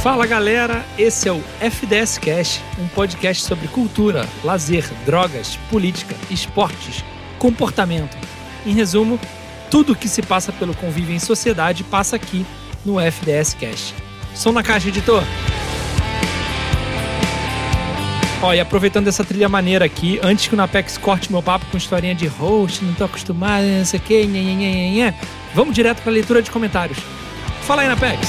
Fala galera, esse é o FDS Cast, um podcast sobre cultura, lazer, drogas, política, esportes, comportamento. Em resumo, tudo que se passa pelo convívio em sociedade passa aqui no FDS Cast. Som na caixa, editor! Ó, e aproveitando essa trilha maneira aqui, antes que o Napex corte meu papo com historinha de host, não tô acostumado, não sei o que, vamos direto pra leitura de comentários. Fala aí, Napex!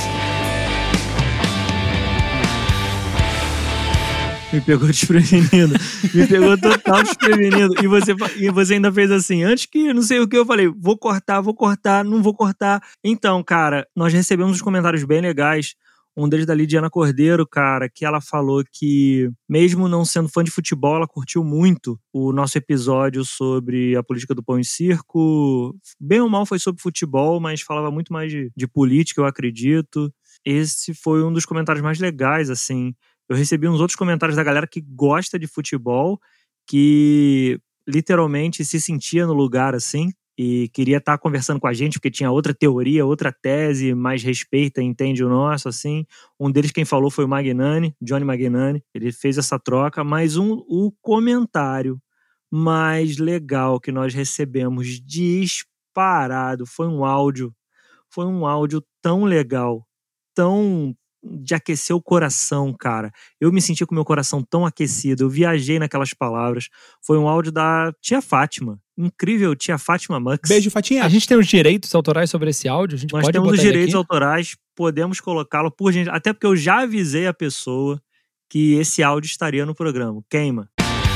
Me pegou desprevenido. Me pegou total desprevenido. E você ainda fez assim, antes que não sei o que, eu falei, vou cortar, não vou cortar. Então, cara, nós recebemos uns comentários bem legais. Um deles da Lidiana Cordeiro, cara, que ela falou que, mesmo não sendo fã de futebol, ela curtiu muito o nosso episódio sobre a política do pão e circo. Bem ou mal foi sobre futebol, mas falava muito mais de política, eu acredito. Esse foi um dos comentários mais legais, assim. Eu recebi uns outros comentários da galera que gosta de futebol, que literalmente se sentia no lugar, assim, e queria estar conversando com a gente, porque tinha outra teoria, outra tese, mais respeita e entende o nosso, assim. Um deles quem falou foi o Magnani, Johnny Magnani, ele fez essa troca, mas o comentário mais legal que nós recebemos disparado foi um áudio tão legal, tão de aquecer o coração, cara. Eu me senti com o meu coração tão aquecido, eu viajei naquelas palavras. Foi um áudio da tia Fátima. Incrível, tia Fátima Mux. Beijo, Fatinha. A gente tem os direitos autorais sobre esse áudio? Nós temos os direitos autorais, podemos colocá-lo por gente. Até porque eu já avisei a pessoa que esse áudio estaria no programa. Queima.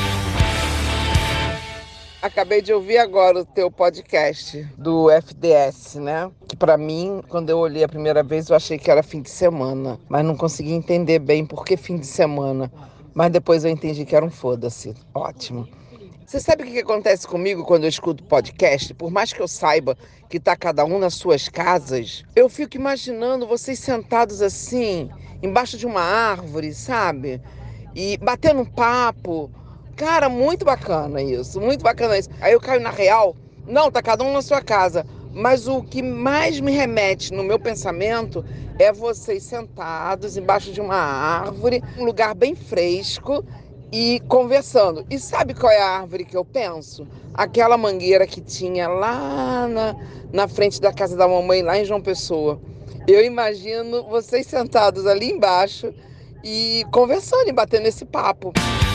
Acabei de ouvir agora o teu podcast do FDS, né? Que pra mim, quando eu olhei a primeira vez, eu achei que era fim de semana. Mas não consegui entender bem por que fim de semana. Mas depois eu entendi que era um foda-se. Ótimo. Você sabe o que acontece comigo quando eu escuto podcast? Por mais que eu saiba que tá cada um nas suas casas, eu fico imaginando vocês sentados assim, embaixo de uma árvore, sabe? E batendo um papo. Cara, muito bacana isso, muito bacana isso. Aí eu caio na real, não, tá cada um na sua casa. Mas o que mais me remete no meu pensamento é vocês sentados embaixo de uma árvore, um lugar bem fresco e conversando. E sabe qual é a árvore que eu penso? Aquela mangueira que tinha lá na frente da casa da mamãe, lá em João Pessoa. Eu imagino vocês sentados ali embaixo e conversando e batendo esse papo.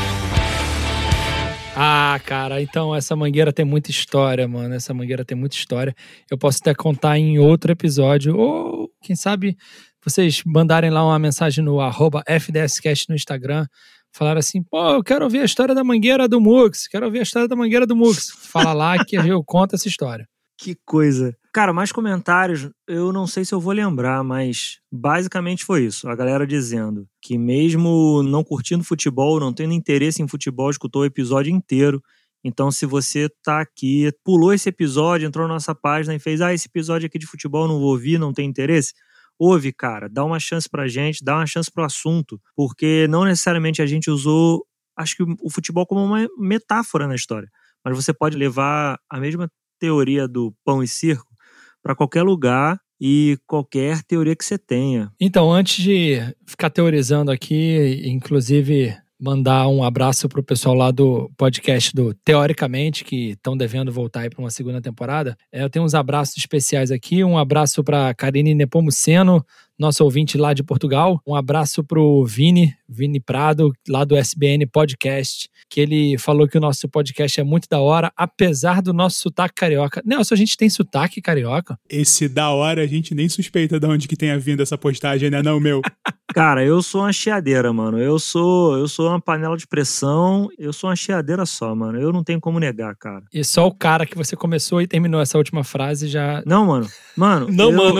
Ah, cara, então essa mangueira tem muita história, mano. Essa mangueira tem muita história. Eu posso até contar em outro episódio. Ou, quem sabe, vocês mandarem lá uma mensagem no @FDScast no Instagram. Falaram assim, pô, eu quero ouvir a história da mangueira do Mux. Fala lá que eu conto essa história. Que coisa. Cara, mais comentários, eu não sei se eu vou lembrar, mas basicamente foi isso. A galera dizendo que mesmo não curtindo futebol, não tendo interesse em futebol, escutou o episódio inteiro. Então, se você tá aqui, pulou esse episódio, entrou na nossa página e fez, esse episódio aqui de futebol eu não vou ouvir, não tem interesse, ouve, cara, dá uma chance pra gente, dá uma chance pro assunto, porque não necessariamente a gente usou, acho que o futebol como uma metáfora na história, mas você pode levar a mesma teoria do pão e circo para qualquer lugar e qualquer teoria que você tenha. Então, antes de ficar teorizando aqui, inclusive mandar um abraço pro pessoal lá do podcast do Teoricamente, que estão devendo voltar aí para uma segunda temporada. Eu tenho uns abraços especiais aqui. Um abraço para Karine Nepomuceno, nosso ouvinte lá de Portugal. Um abraço pro Vini Prado, lá do SBN Podcast, que ele falou que o nosso podcast é muito da hora, apesar do nosso sotaque carioca. Nelson, a gente tem sotaque carioca? Esse da hora, a gente nem suspeita de onde que tenha vindo essa postagem, né, não, meu? Cara, eu sou uma chiadeira, mano. Eu sou uma panela de pressão, eu sou uma chiadeira só, mano. Eu não tenho como negar, cara. E só o cara que você começou e terminou essa última frase já... Não, mano. Mano. Mano.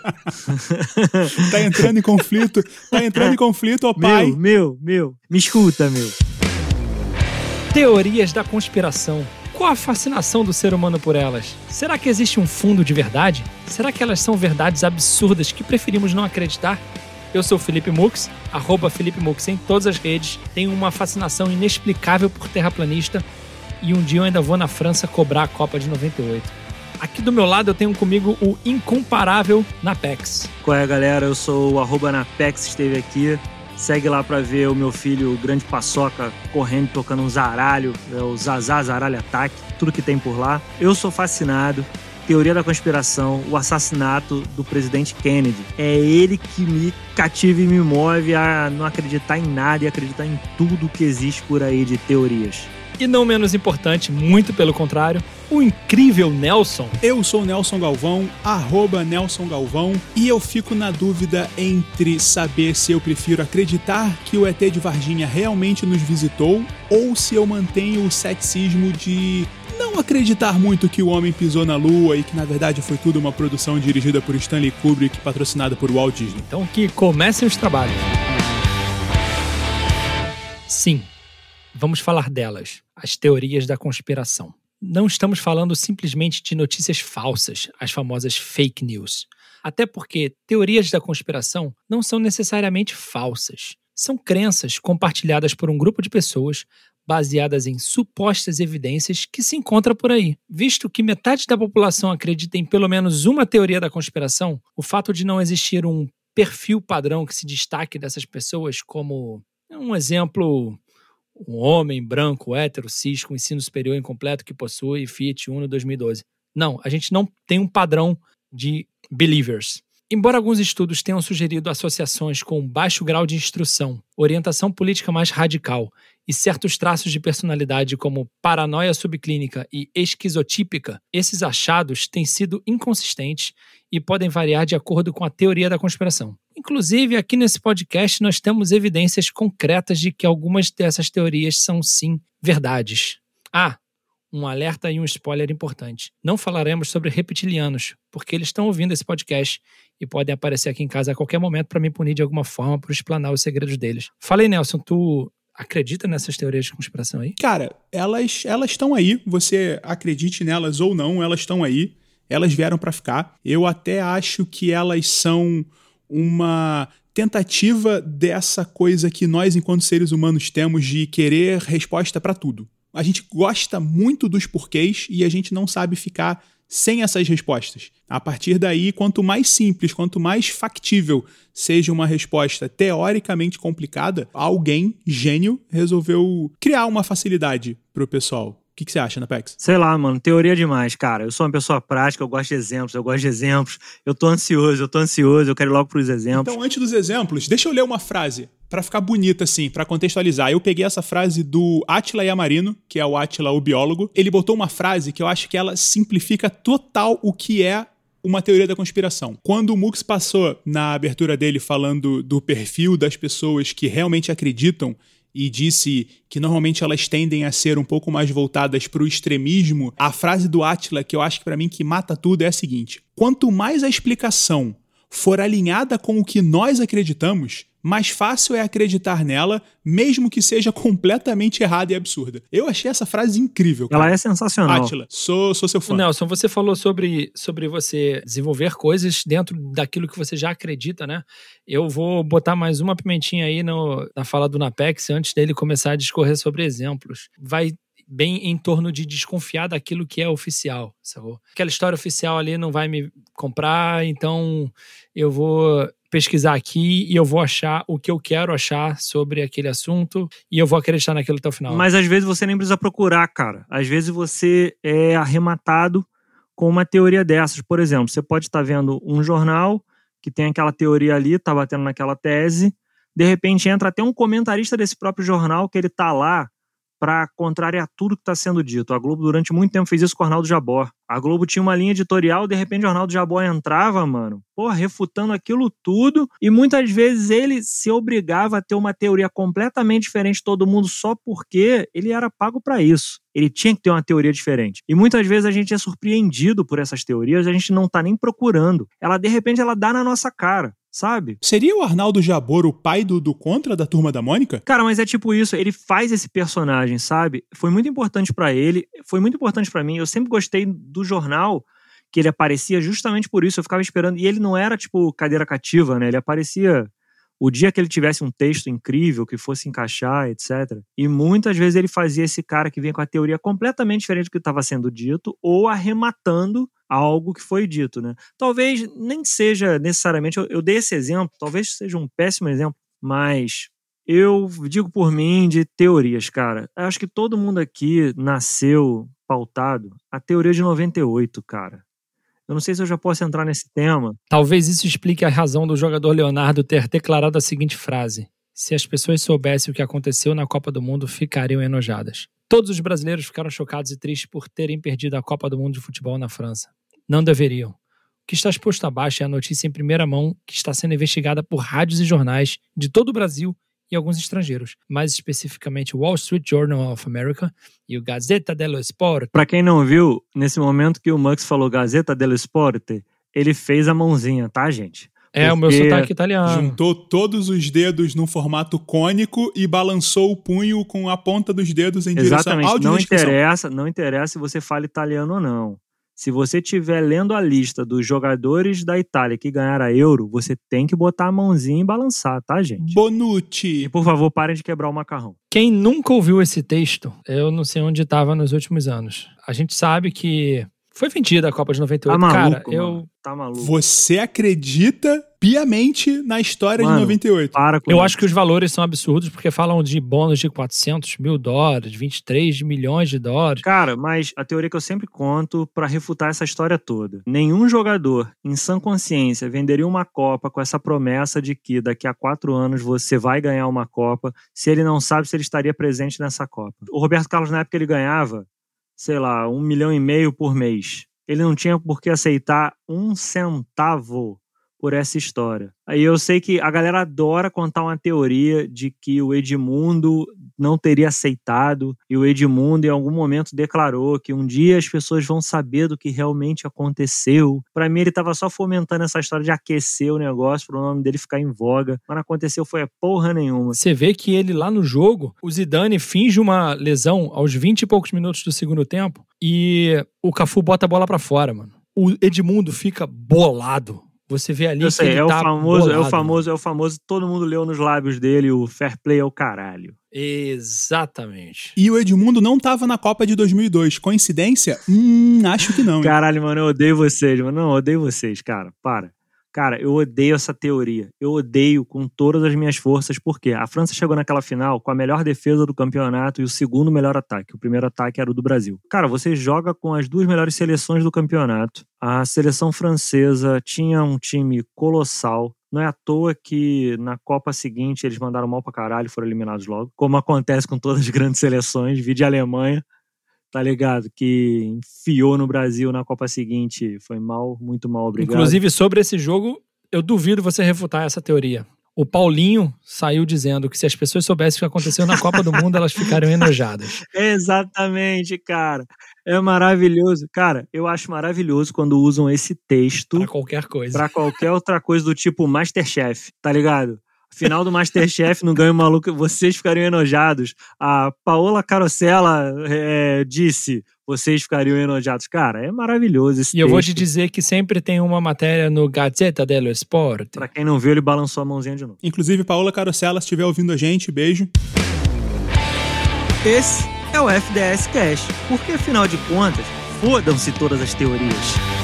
Tá entrando em conflito, ó pai. Meu. Me escuta, meu. Teorias da conspiração. Qual a fascinação do ser humano por elas? Será que existe um fundo de verdade? Será que elas são verdades absurdas que preferimos não acreditar? Eu sou o Felipe Mux, @FelipeMux em todas as redes. Tenho uma fascinação inexplicável por terraplanista e um dia eu ainda vou na França cobrar a Copa de 98. Aqui do meu lado eu tenho comigo o incomparável Napex. Qual é, galera? Eu sou o @Napex, esteve aqui. Segue lá pra ver o meu filho, o grande paçoca, correndo, tocando um zaralho, o Zazá Zaralho Ataque, tudo que tem por lá. Eu sou fascinado. Teoria da conspiração, o assassinato do presidente Kennedy. É ele que me cativa e me move a não acreditar em nada e acreditar em tudo que existe por aí de teorias. E não menos importante, muito pelo contrário, o incrível Nelson. Eu sou o Nelson Galvão, @Nelson Galvão, e eu fico na dúvida entre saber se eu prefiro acreditar que o ET de Varginha realmente nos visitou ou se eu mantenho o ceticismo de não acreditar muito que o homem pisou na Lua e que na verdade foi tudo uma produção dirigida por Stanley Kubrick, patrocinada por Walt Disney. Então que comecem os trabalhos. Sim, vamos falar delas, as teorias da conspiração. Não estamos falando simplesmente de notícias falsas, as famosas fake news. Até porque teorias da conspiração não são necessariamente falsas. São crenças compartilhadas por um grupo de pessoas baseadas em supostas evidências que se encontram por aí. Visto que metade da população acredita em pelo menos uma teoria da conspiração, o fato de não existir um perfil padrão que se destaque dessas pessoas como, um exemplo, um homem branco, hétero, cis, com ensino superior incompleto que possui Fiat Uno 2012. Não, a gente não tem um padrão de believers. Embora alguns estudos tenham sugerido associações com baixo grau de instrução, orientação política mais radical e certos traços de personalidade como paranoia subclínica e esquizotípica, esses achados têm sido inconsistentes e podem variar de acordo com a teoria da conspiração. Inclusive, aqui nesse podcast nós temos evidências concretas de que algumas dessas teorias são sim verdades. Um alerta e um spoiler importante. Não falaremos sobre reptilianos, porque eles estão ouvindo esse podcast e podem aparecer aqui em casa a qualquer momento para me punir de alguma forma por explanar os segredos deles. Fala aí, Nelson, tu acredita nessas teorias de conspiração aí? Cara, elas estão aí, você acredite nelas ou não, elas estão aí, elas vieram para ficar. Eu até acho que elas são uma tentativa dessa coisa que nós, enquanto seres humanos, temos de querer resposta para tudo. A gente gosta muito dos porquês e a gente não sabe ficar sem essas respostas. A partir daí, quanto mais simples, quanto mais factível seja uma resposta teoricamente complicada, alguém, gênio, resolveu criar uma facilidade pro pessoal. O que você acha, Napex? Sei lá, mano, teoria demais, cara. Eu sou uma pessoa prática, eu gosto de exemplos. Eu tô ansioso, eu quero ir logo pros exemplos. Então, antes dos exemplos, deixa eu ler uma frase pra ficar bonita, assim, pra contextualizar. Eu peguei essa frase do Átila Yamarino, que é o Átila, o biólogo. Ele botou uma frase que eu acho que ela simplifica total o que é uma teoria da conspiração. Quando o Mux passou na abertura dele falando do perfil das pessoas que realmente acreditam e disse que normalmente elas tendem a ser um pouco mais voltadas para o extremismo, a frase do Átila, que eu acho que para mim que mata tudo, é a seguinte: quanto mais a explicação for alinhada com o que nós acreditamos, mais fácil é acreditar nela, mesmo que seja completamente errada e absurda. Eu achei essa frase incrível, cara. Ela é sensacional. Átila, sou seu fã. Nelson, você falou sobre você desenvolver coisas dentro daquilo que você já acredita, né? Eu vou botar mais uma pimentinha aí na fala do Napex antes dele começar a discorrer sobre exemplos. Vai bem em torno de desconfiar daquilo que é oficial, sacou? Aquela história oficial ali não vai me comprar, então eu vou pesquisar aqui e eu vou achar o que eu quero achar sobre aquele assunto e eu vou acreditar naquilo até o final. Mas às vezes você nem precisa procurar, cara. Às vezes você é arrematado com uma teoria dessas. Por exemplo, você pode estar vendo um jornal que tem aquela teoria ali, tá batendo naquela tese, de repente entra até um comentarista desse próprio jornal que ele tá lá para contrariar tudo que está sendo dito. A Globo durante muito tempo fez isso com o Arnaldo Jabor. A Globo tinha uma linha editorial, de repente o Arnaldo Jabor entrava, mano, refutando aquilo tudo, e muitas vezes ele se obrigava a ter uma teoria completamente diferente de todo mundo só porque ele era pago para isso. Ele tinha que ter uma teoria diferente. E muitas vezes a gente é surpreendido por essas teorias, a gente não tá nem procurando. De repente, ela dá na nossa cara. Sabe? Seria o Arnaldo Jabor o pai do Contra da Turma da Mônica? Cara, mas é tipo isso, ele faz esse personagem, sabe? Foi muito importante pra ele, foi muito importante pra mim. Eu sempre gostei do jornal que ele aparecia justamente por isso. Eu ficava esperando, e ele não era tipo cadeira cativa, né? Ele aparecia o dia que ele tivesse um texto incrível, que fosse encaixar, etc. E muitas vezes ele fazia esse cara que vinha com a teoria completamente diferente do que estava sendo dito, ou arrematando algo que foi dito, né? Talvez nem seja necessariamente, eu dei esse exemplo, talvez seja um péssimo exemplo, mas eu digo por mim de teorias, cara. Eu acho que todo mundo aqui nasceu pautado a teoria de 98, cara. Eu não sei se eu já posso entrar nesse tema. Talvez isso explique a razão do jogador Leonardo ter declarado a seguinte frase: se as pessoas soubessem o que aconteceu na Copa do Mundo, ficariam enojadas. Todos os brasileiros ficaram chocados e tristes por terem perdido a Copa do Mundo de futebol na França. Não deveriam. O que está exposto abaixo é a notícia em primeira mão que está sendo investigada por rádios e jornais de todo o Brasil e alguns estrangeiros, mais especificamente o Wall Street Journal of America e o Gazzetta dello Sport. Pra quem não viu, nesse momento que o Mux falou Gazzetta dello Sport, ele fez a mãozinha, tá, gente? É, o meu sotaque italiano. Juntou todos os dedos num formato cônico e balançou o punho com a ponta dos dedos em direção ao audiodescrição. Não interessa se você fala italiano ou não. Se você estiver lendo a lista dos jogadores da Itália que ganharam a Euro, você tem que botar a mãozinha e balançar, tá, gente? Bonucci. E, por favor, parem de quebrar o macarrão. Quem nunca ouviu esse texto, eu não sei onde estava nos últimos anos. A gente sabe que foi vendida a Copa de 98. Tá maluco, cara, mano. Tá maluco. Você acredita piamente na história de 98? Para com eu isso. acho que os valores são absurdos, porque falam de bônus de $400 mil, 23 milhões de dólares. Cara, mas a teoria que eu sempre conto pra refutar essa história toda. Nenhum jogador, em sã consciência, venderia uma Copa com essa promessa de que daqui a 4 anos você vai ganhar uma Copa, se ele não sabe se ele estaria presente nessa Copa. O Roberto Carlos, na época, ele ganhava, sei lá, 1,5 milhão por mês. Ele não tinha por que aceitar 1 centavo por essa história. Aí eu sei que a galera adora contar uma teoria de que o Edmundo não teria aceitado e o Edmundo em algum momento declarou que um dia as pessoas vão saber do que realmente aconteceu. Pra mim ele tava só fomentando essa história de aquecer o negócio para o nome dele ficar em voga, mas não aconteceu foi porra nenhuma. Você vê que ele lá no jogo, o Zidane finge uma lesão aos 20 e poucos minutos do segundo tempo e o Cafu bota a bola pra fora, mano. O Edmundo fica bolado. Você vê ali que ele tá bolado. É o famoso, todo mundo leu nos lábios dele, o fair play é o caralho. Exatamente. E o Edmundo não tava na Copa de 2002. Coincidência? Acho que não. Caralho, mano, eu odeio vocês, mano. Não, eu odeio vocês, cara. Para. Cara, eu odeio essa teoria. Eu odeio com todas as minhas forças, porque a França chegou naquela final com a melhor defesa do campeonato e o segundo melhor ataque. O primeiro ataque era o do Brasil. Cara, você joga com as 2 melhores seleções do campeonato. A seleção francesa tinha um time colossal. Não é à toa que na Copa seguinte eles mandaram mal pra caralho e foram eliminados logo. Como acontece com todas as grandes seleções, vide a Alemanha. Tá ligado? Que enfiou no Brasil na Copa seguinte. Foi mal, muito mal, obrigado. Inclusive, sobre esse jogo, eu duvido você refutar essa teoria. O Paulinho saiu dizendo que se as pessoas soubessem o que aconteceu na Copa do Mundo, elas ficariam enojadas. Exatamente, cara. É maravilhoso. Cara, eu acho maravilhoso quando usam esse texto... Pra qualquer coisa. Pra qualquer outra coisa do tipo Masterchef, tá ligado? Final do Masterchef, não ganha o maluco, vocês ficariam enojados. A Paola Carosella disse, vocês ficariam enojados. Cara, é maravilhoso esse texto. E eu vou te dizer que sempre tem uma matéria no Gazzetta dello Sport. Pra quem não viu, ele balançou a mãozinha de novo. Inclusive, Paola Carosella, se estiver ouvindo a gente, beijo. Esse é o FDS Cash, porque afinal de contas, fodam-se todas as teorias.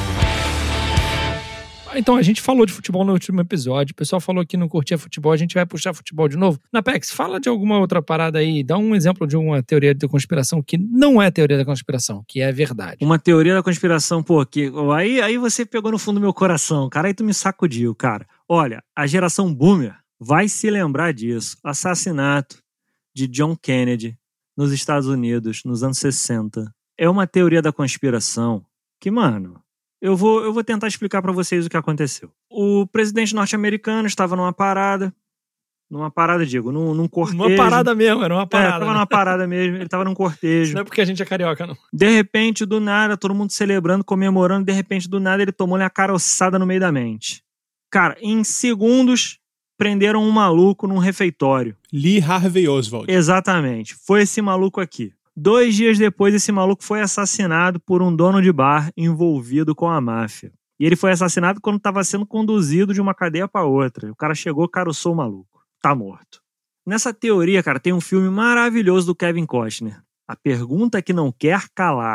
Então, a gente falou de futebol no último episódio, o pessoal falou que não curtia futebol, a gente vai puxar futebol de novo. Napex, fala de alguma outra parada aí, dá um exemplo de uma teoria da conspiração que não é teoria da conspiração, que é verdade. Uma teoria da conspiração, pô, que aí você pegou no fundo do meu coração, cara, aí tu me sacudiu, cara. Olha, a geração boomer vai se lembrar disso. Assassinato de John Kennedy nos Estados Unidos, nos anos 60. É uma teoria da conspiração que, mano... Eu vou tentar explicar pra vocês o que aconteceu. O presidente norte-americano estava num cortejo. Numa parada mesmo, era uma parada. Tava numa parada mesmo, ele tava num cortejo. Não é porque a gente é carioca, não. De repente, do nada, todo mundo celebrando, comemorando, de repente, do nada, ele tomou-lhe a caroçada no meio da mente. Cara, em segundos, prenderam um maluco num refeitório. Lee Harvey Oswald. Exatamente, foi esse maluco aqui. 2 dias depois, esse maluco foi assassinado por um dono de bar envolvido com a máfia. E ele foi assassinado quando estava sendo conduzido de uma cadeia para outra. O cara chegou, caroçou o maluco. Tá morto. Nessa teoria, cara, tem um filme maravilhoso do Kevin Costner. A Pergunta que Não Quer Calar.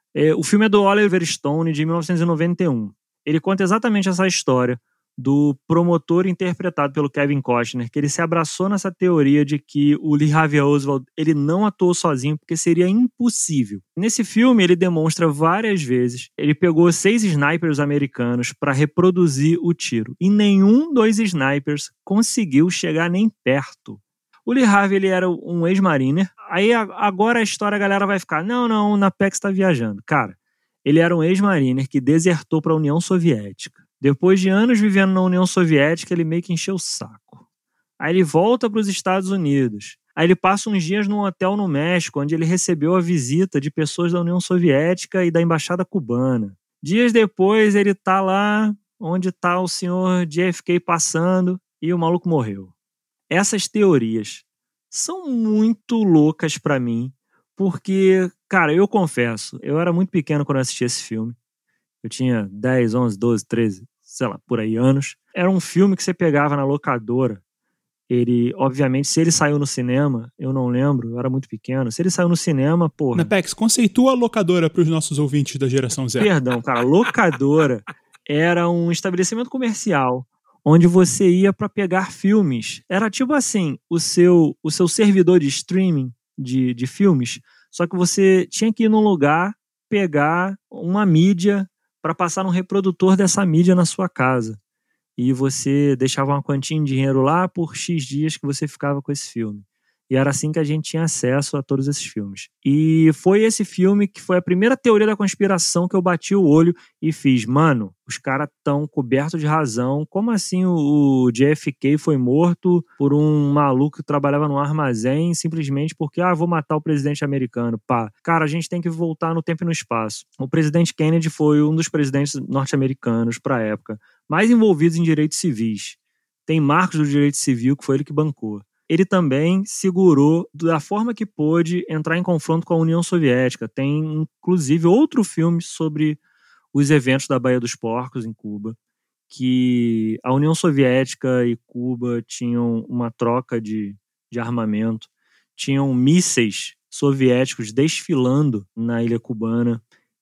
O filme é do Oliver Stone, de 1991. Ele conta exatamente essa história do promotor interpretado pelo Kevin Costner, que ele se abraçou nessa teoria de que o Lee Harvey Oswald ele não atuou sozinho, porque seria impossível. Nesse filme, ele demonstra várias vezes, ele pegou 6 snipers americanos para reproduzir o tiro, e nenhum dos snipers conseguiu chegar nem perto. O Lee Harvey ele era um ex-mariner, aí agora a história a galera vai ficar, não, o Napex tá viajando. Cara, ele era um ex-mariner que desertou para a União Soviética. Depois de anos vivendo na União Soviética, ele meio que encheu o saco. Aí ele volta para os Estados Unidos. Aí ele passa uns dias num hotel no México, onde ele recebeu a visita de pessoas da União Soviética e da Embaixada Cubana. Dias depois, ele tá lá onde tá o senhor JFK passando e o maluco morreu. Essas teorias são muito loucas para mim, porque, cara, eu confesso, eu era muito pequeno quando eu assisti esse filme. Eu tinha 10, 11, 12, 13, sei lá, por aí anos. Era um filme que você pegava na locadora. Ele, obviamente, se ele saiu no cinema, eu não lembro, eu era muito pequeno. Se ele saiu no cinema, porra... Napex, conceitua a locadora para os nossos ouvintes da geração Z. Perdão, cara, locadora era um estabelecimento comercial onde você ia para pegar filmes. Era tipo assim, o seu servidor de streaming de filmes, só que você tinha que ir num lugar, pegar uma mídia para passar um reprodutor dessa mídia na sua casa. E você deixava uma quantia de dinheiro lá por X dias que você ficava com esse filme. E era assim que a gente tinha acesso a todos esses filmes. E foi esse filme que foi a primeira teoria da conspiração que eu bati o olho e fiz, mano, os caras estão cobertos de razão. Como assim o JFK foi morto por um maluco que trabalhava num armazém simplesmente porque, vou matar o presidente americano, pá. Cara, a gente tem que voltar no tempo e no espaço. O presidente Kennedy foi um dos presidentes norte-americanos para a época mais envolvidos em direitos civis. Tem marcos do direito civil que foi ele que bancou. Ele também segurou, da forma que pôde, entrar em confronto com a União Soviética. Tem, inclusive, outro filme sobre os eventos da Baía dos Porcos, em Cuba, que a União Soviética e Cuba tinham uma troca de armamento, tinham mísseis soviéticos desfilando na ilha cubana,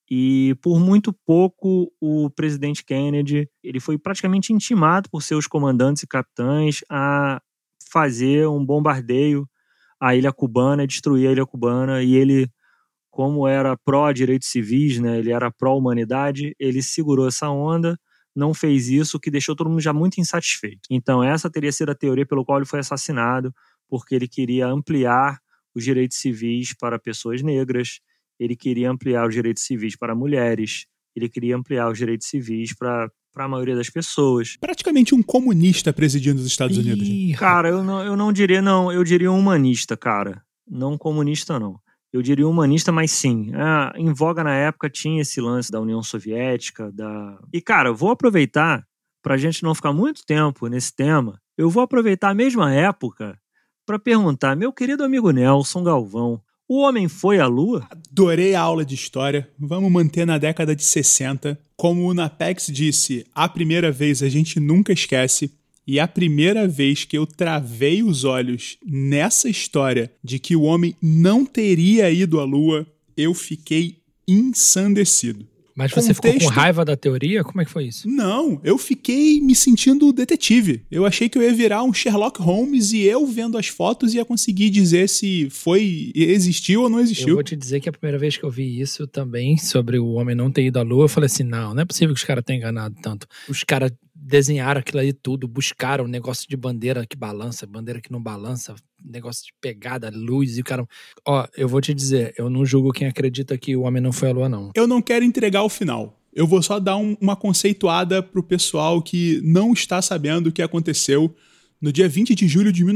e por muito pouco o presidente Kennedy ele foi praticamente intimado por seus comandantes e capitães a fazer um bombardeio à ilha cubana, destruir a ilha cubana, e ele, como era pró-direitos civis, né, ele era pró-humanidade, ele segurou essa onda, não fez isso, o que deixou todo mundo já muito insatisfeito. Então essa teria sido a teoria pelo qual ele foi assassinado, porque ele queria ampliar os direitos civis para pessoas negras, ele queria ampliar os direitos civis para mulheres, ele queria ampliar os direitos civis para a maioria das pessoas. Praticamente um comunista presidindo os Estados Unidos. Cara, eu não diria, não. Eu diria um humanista, cara. Não comunista, não. Eu diria humanista, mas sim. Em voga na época tinha esse lance da União Soviética, E, cara, eu vou aproveitar, pra gente não ficar muito tempo nesse tema, eu vou aproveitar a mesma época para perguntar, meu querido amigo Nelson Galvão, o homem foi à Lua? Adorei a aula de história. Vamos manter na década de 60. Como o Napex disse, a primeira vez a gente nunca esquece. E a primeira vez que eu travei os olhos nessa história de que o homem não teria ido à Lua, eu fiquei ensandecido. Mas você ficou com raiva da teoria? Como é que foi isso? Não, eu fiquei me sentindo detetive. Eu achei que eu ia virar um Sherlock Holmes e eu, vendo as fotos, ia conseguir dizer se existiu ou não existiu. Eu vou te dizer que a primeira vez que eu vi isso também, sobre o homem não ter ido à Lua, eu falei assim, não é possível que os caras tenham enganado tanto. Os caras desenharam aquilo aí tudo, buscaram um negócio de bandeira que balança, bandeira que não balança, negócio de pegada, luz e o cara... eu vou te dizer, eu não julgo quem acredita que o homem não foi à Lua, não. Eu não quero entregar o final. Eu vou só dar uma conceituada pro pessoal que não está sabendo o que aconteceu. No dia 20 de julho de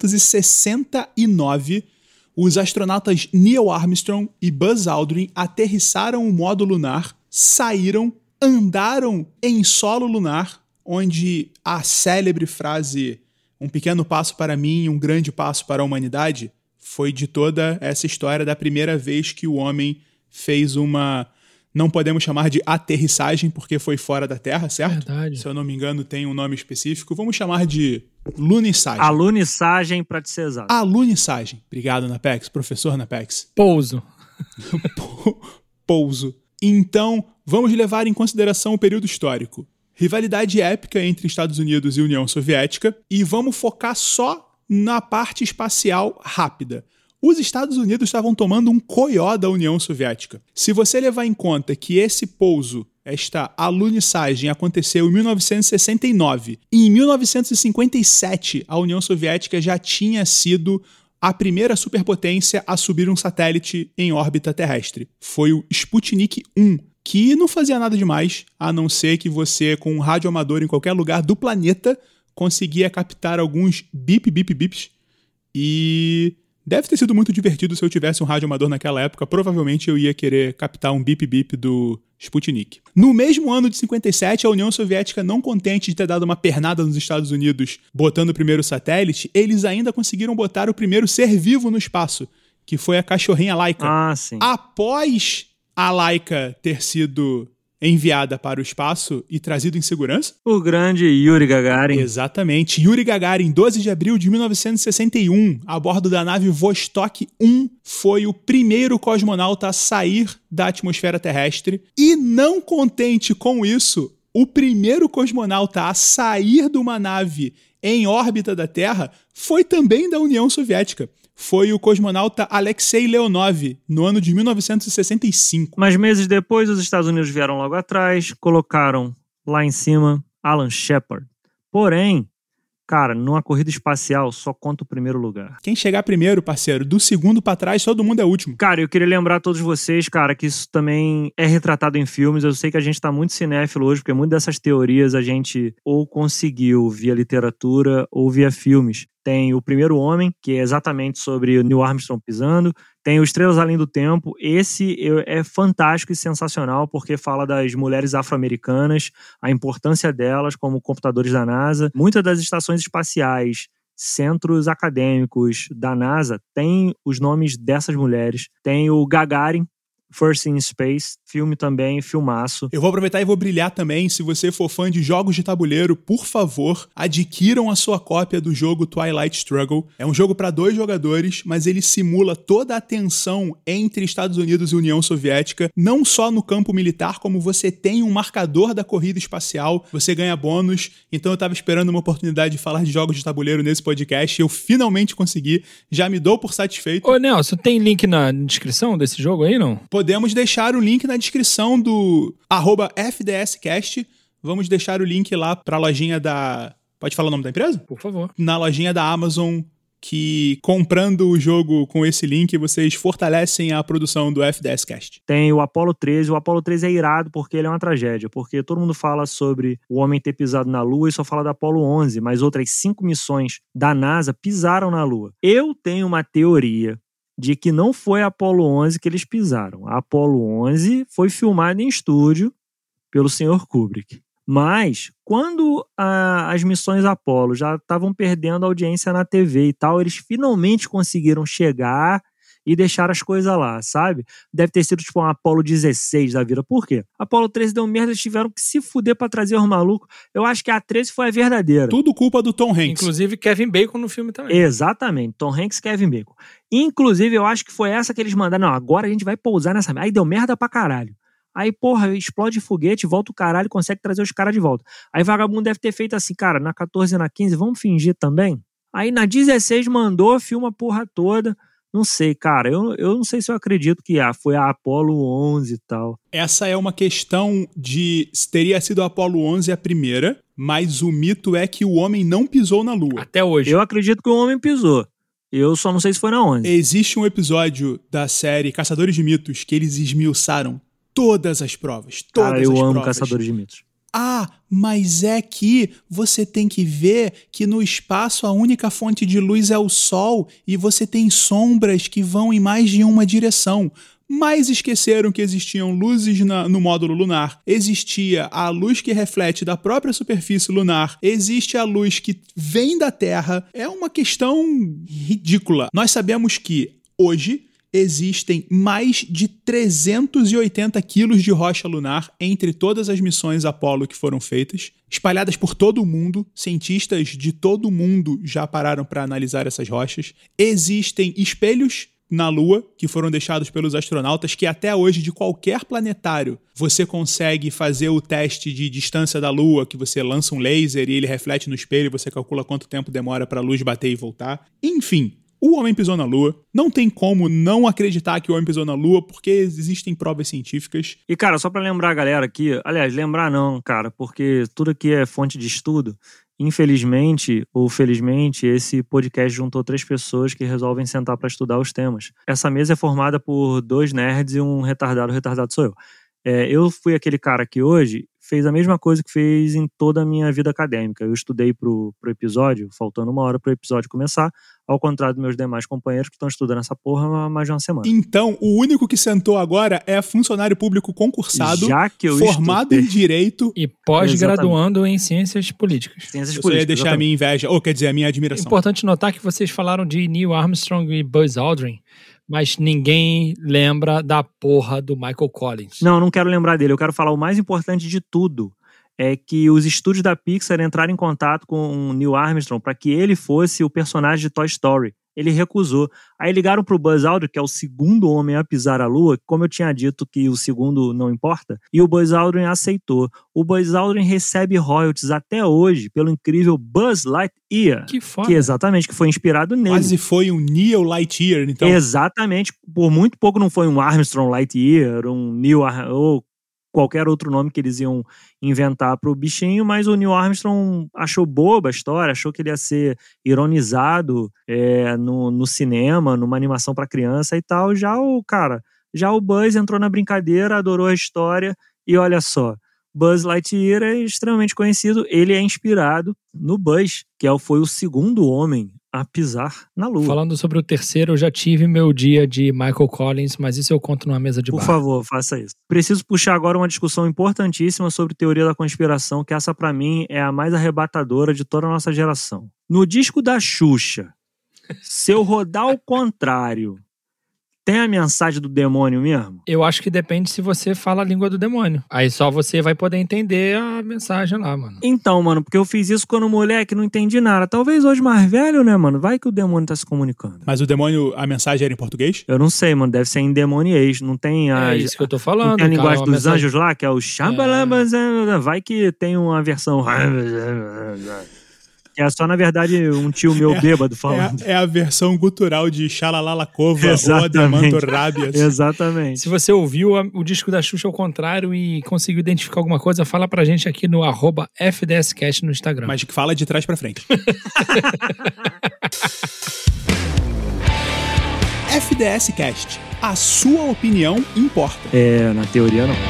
1969, os astronautas Neil Armstrong e Buzz Aldrin aterrissaram o módulo lunar, saíram, andaram em solo lunar, onde a célebre frase "um pequeno passo para mim, um grande passo para a humanidade" foi de toda essa história da primeira vez que o homem fez uma... Não podemos chamar de aterrissagem, porque foi fora da Terra, certo? Verdade. Se eu não me engano, tem um nome específico. Vamos chamar de lunissagem. Alunissagem, para te ser exato. Alunissagem. Obrigado, Napex. Professor Napex. Pouso. Pouso. Então, vamos levar em consideração o período histórico. Rivalidade épica entre Estados Unidos e União Soviética, e vamos focar só na parte espacial rápida. Os Estados Unidos estavam tomando um coió da União Soviética. Se você levar em conta que esse pouso, esta alunissagem, aconteceu em 1969, e em 1957 a União Soviética já tinha sido a primeira superpotência a subir um satélite em órbita terrestre. Foi o Sputnik 1, que não fazia nada demais, a não ser que você, com um rádio amador em qualquer lugar do planeta, conseguia captar alguns bips, e deve ter sido muito divertido se eu tivesse um rádio amador naquela época. Provavelmente eu ia querer captar um bip do Sputnik. No mesmo ano de 57, a União Soviética, não contente de ter dado uma pernada nos Estados Unidos botando o primeiro satélite, eles ainda conseguiram botar o primeiro ser vivo no espaço, que foi a cachorrinha Laika. Ah, sim. Após a Laika ter sido enviada para o espaço e trazido em segurança? O grande Yuri Gagarin. Exatamente. Yuri Gagarin, 12 de abril de 1961, a bordo da nave Vostok 1, foi o primeiro cosmonauta a sair da atmosfera terrestre. E não contente com isso, o primeiro cosmonauta a sair de uma nave em órbita da Terra foi também da União Soviética. Foi o cosmonauta Alexei Leonov, no ano de 1965. Mas meses depois, os Estados Unidos vieram logo atrás, colocaram lá em cima Alan Shepard. Porém, cara, numa corrida espacial só conta o primeiro lugar. Quem chegar primeiro, parceiro, do segundo pra trás, todo mundo é último. Cara, eu queria lembrar a todos vocês, cara, que isso também é retratado em filmes. Eu sei que a gente tá muito cinéfilo hoje, porque muitas dessas teorias a gente ou conseguiu via literatura ou via filmes. Tem O Primeiro Homem, que é exatamente sobre o Neil Armstrong pisando. Tem o Estrelas Além do Tempo. Esse é fantástico e sensacional, porque fala das mulheres afro-americanas, a importância delas como computadores da NASA. Muitas das estações espaciais, centros acadêmicos da NASA, têm os nomes dessas mulheres. Tem o Gagarin, First in Space, filme também, filmaço. Eu vou aproveitar e vou brilhar também. Se você for fã de jogos de tabuleiro, por favor, adquiram a sua cópia do jogo Twilight Struggle. É um jogo para 2 jogadores, mas ele simula toda a tensão entre Estados Unidos e União Soviética, não só no campo militar, como você tem um marcador da corrida espacial, você ganha bônus. Então eu tava esperando uma oportunidade de falar de jogos de tabuleiro nesse podcast, eu finalmente consegui, já me dou por satisfeito. Ô, Nelson, tem link na descrição desse jogo aí, não? Podemos deixar o link na descrição do @FDScast. Vamos deixar o link lá pra lojinha da... Pode falar o nome da empresa? Por favor. Na lojinha da Amazon, que comprando o jogo com esse link, vocês fortalecem a produção do FDScast. Tem o Apollo 13. O Apollo 13 é irado porque ele é uma tragédia. Porque todo mundo fala sobre o homem ter pisado na Lua e só fala da Apollo 11. Mas outras 5 missões da NASA pisaram na Lua. Eu tenho uma teoria de que não foi a Apollo 11 que eles pisaram. A Apollo 11 foi filmada em estúdio pelo Sr. Kubrick. Mas, quando as missões Apollo já estavam perdendo audiência na TV e tal, eles finalmente conseguiram chegar e deixar as coisas lá, sabe? Deve ter sido tipo um Apollo 16 da vida. Por quê? Apollo 13 deu merda, eles tiveram que se fuder pra trazer os malucos. Eu acho que a 13 foi a verdadeira. Tudo culpa do Tom Hanks. Inclusive Kevin Bacon no filme também. Exatamente, Tom Hanks e Kevin Bacon. Inclusive, eu acho que foi essa que eles mandaram. Não, agora a gente vai pousar nessa... Aí deu merda pra caralho. Aí, porra, explode foguete, volta o caralho, consegue trazer os caras de volta. Aí vagabundo deve ter feito assim, cara, na 14 e na 15, vamos fingir também? Aí na 16 mandou, filma a porra toda. Não sei, cara, eu não sei se eu acredito que foi a Apollo 11 e tal. Essa é uma questão de... Teria sido a Apollo 11 a primeira, mas o mito é que o homem não pisou na Lua. Até hoje. Eu acredito que o homem pisou. Eu só não sei se foi na 11. Existe um episódio da série Caçadores de Mitos que eles esmiuçaram todas as provas. Todas cara, eu amo Caçadores de Mitos. Ah, mas é que você tem que ver que no espaço a única fonte de luz é o Sol e você tem sombras que vão em mais de uma direção. Mas esqueceram que existiam luzes no módulo lunar. Existia a luz que reflete da própria superfície lunar. Existe a luz que vem da Terra. É uma questão ridícula. Nós sabemos que hoje existem mais de 380 quilos de rocha lunar entre todas as missões Apollo que foram feitas, espalhadas por todo o mundo. Cientistas de todo o mundo já pararam para analisar essas rochas. Existem espelhos na Lua, que foram deixados pelos astronautas, que até hoje, de qualquer planetário, você consegue fazer o teste de distância da Lua, que você lança um laser e ele reflete no espelho, você calcula quanto tempo demora para a luz bater e voltar. Enfim, o homem pisou na Lua. Não tem como não acreditar que o homem pisou na Lua, porque existem provas científicas. E, cara, só pra lembrar a galera aqui, aliás, lembrar não, cara, porque tudo aqui é fonte de estudo. Infelizmente ou felizmente, esse podcast juntou 3 pessoas que resolvem sentar pra estudar os temas. Essa mesa é formada por 2 nerds e um retardado. O retardado sou eu. Eu fui aquele cara que hoje fez a mesma coisa que fez em toda a minha vida acadêmica. Eu estudei pro episódio, faltando 1 hora pro episódio começar, ao contrário dos meus demais companheiros que estão estudando essa porra há mais de uma semana. Então, o único que sentou agora é funcionário público concursado, formado em Direito e pós-graduando em Ciências Políticas. Eu só ia deixar a minha inveja, ou quer dizer, a minha admiração. Importante notar que vocês falaram de Neil Armstrong e Buzz Aldrin, mas ninguém lembra da porra do Michael Collins. Não quero lembrar dele. Eu quero falar o mais importante de tudo. É que os estúdios da Pixar entraram em contato com o Neil Armstrong para que ele fosse o personagem de Toy Story. Ele recusou. Aí ligaram pro Buzz Aldrin, que é o segundo homem a pisar a Lua, como eu tinha dito que o segundo não importa, e o Buzz Aldrin aceitou. O Buzz Aldrin recebe royalties até hoje pelo incrível Buzz Lightyear. Que foda. Que exatamente, que foi inspirado nele. Quase foi um Neil Lightyear, então. Exatamente. Por muito pouco não foi um Armstrong Lightyear, um Neil ou qualquer outro nome que eles iam inventar pro bichinho, mas o Neil Armstrong achou boba a história, achou que ele ia ser ironizado no cinema, numa animação para criança e tal. Já o Buzz entrou na brincadeira, adorou a história e olha só, Buzz Lightyear é extremamente conhecido, ele é inspirado no Buzz, que foi o segundo homem a pisar na Lua. Falando sobre o terceiro, eu já tive meu dia de Michael Collins, mas isso eu conto numa mesa de bar. Por favor, faça isso. Preciso puxar agora uma discussão importantíssima sobre teoria da conspiração, que essa pra mim é a mais arrebatadora de toda a nossa geração. No disco da Xuxa, se eu rodar ao contrário, tem a mensagem do demônio mesmo? Eu acho que depende se você fala a língua do demônio. Aí só você vai poder entender a mensagem lá, mano. Então, mano, porque eu fiz isso quando moleque, não entendi nada. Talvez hoje mais velho, né, mano? Vai que o demônio tá se comunicando. Mas o demônio, a mensagem era em português? Eu não sei, mano. Deve ser em demoniês. Não tem a... É isso que eu tô falando. Não tem a linguagem dos mensagem... anjos lá, que é o Xambalamba. Vai que tem uma versão... Que é só, na verdade, um tio meu bêbado falando. É a versão gutural de Xalalalacova ou Ademantorrábias. Exatamente. Se você ouviu o disco da Xuxa ao contrário e conseguiu identificar alguma coisa, fala pra gente aqui no @FDScast no Instagram. Mas que fala de trás pra frente. FDScast. A sua opinião importa. Na teoria não.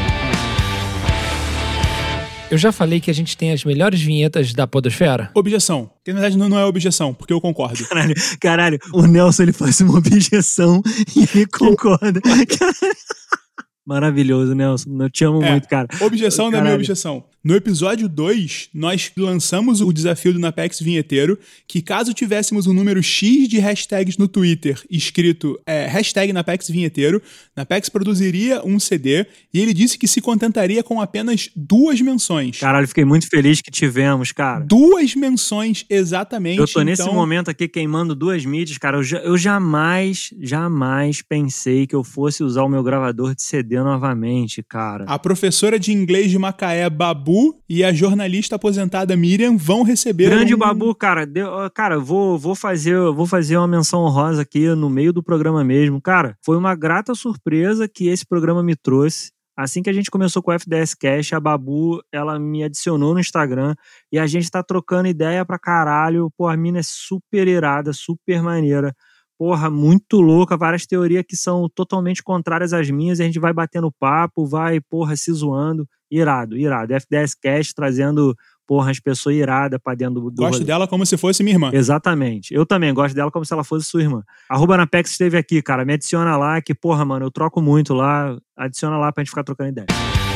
Eu já falei que a gente tem as melhores vinhetas da podosfera? Objeção. Que na verdade não é objeção, porque eu concordo. Caralho, o Nelson ele faz uma objeção e ele concorda. Maravilhoso, Nelson. Eu te amo muito, cara. Objeção da minha objeção. No episódio 2, nós lançamos o desafio do Napex Vinheteiro, que caso tivéssemos um número X de hashtags no Twitter escrito hashtag Napex Vinheteiro, Napex produziria um CD e ele disse que se contentaria com apenas 2 menções. Caralho, fiquei muito feliz que tivemos, cara. 2 menções, exatamente. Eu tô nesse momento aqui queimando 2 mídias, cara. Eu jamais pensei que eu fosse usar o meu gravador de CD novamente, cara. A professora de inglês de Macaé, Babu, e a jornalista aposentada Miriam vão receber... Grande Babu, cara. Cara, vou fazer uma menção honrosa aqui no meio do programa mesmo. Cara, foi uma grata surpresa que esse programa me trouxe. Assim que a gente começou com o FDS Cash, a Babu, ela me adicionou no Instagram e a gente tá trocando ideia pra caralho. Pô, a mina é super irada, super maneira. Porra, muito louca, várias teorias que são totalmente contrárias às minhas, e a gente vai batendo papo, vai, porra, se zoando. Irado. FDS Cast trazendo, porra, as pessoas iradas pra dentro do Gosto dela como se fosse minha irmã. Exatamente. Eu também gosto dela como se ela fosse sua irmã. @Napex esteve aqui, cara. Me adiciona lá, que, porra, mano, eu troco muito lá. Adiciona lá pra gente ficar trocando ideia.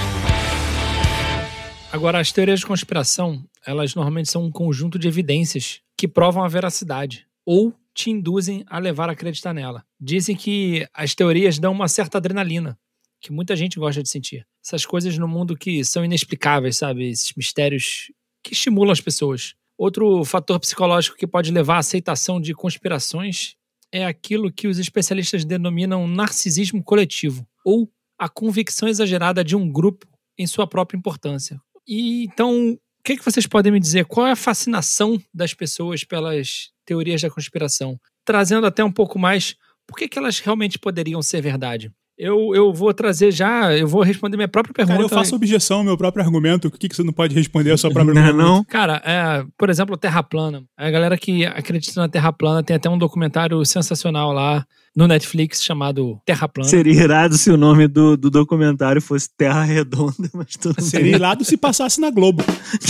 Agora, as teorias de conspiração, elas normalmente são um conjunto de evidências que provam a veracidade ou te induzem a levar a acreditar nela. Dizem que as teorias dão uma certa adrenalina, que muita gente gosta de sentir. Essas coisas no mundo que são inexplicáveis, sabe? Esses mistérios que estimulam as pessoas. Outro fator psicológico que pode levar à aceitação de conspirações é aquilo que os especialistas denominam narcisismo coletivo, ou a convicção exagerada de um grupo em sua própria importância. E então, o que vocês podem me dizer? Qual é a fascinação das pessoas pelas teorias da conspiração? Trazendo até um pouco mais, por que elas realmente poderiam ser verdade? Eu vou trazer já, eu vou responder minha própria pergunta. Cara, eu faço objeção ao meu próprio argumento. O que você não pode responder a sua própria pergunta? Não. Cara, por exemplo, Terra plana. A galera que acredita na Terra plana tem até um documentário sensacional lá no Netflix chamado Terra plana. Seria irado se o nome do documentário fosse Terra Redonda, mas tudo bem. Seria irado se passasse na Globo.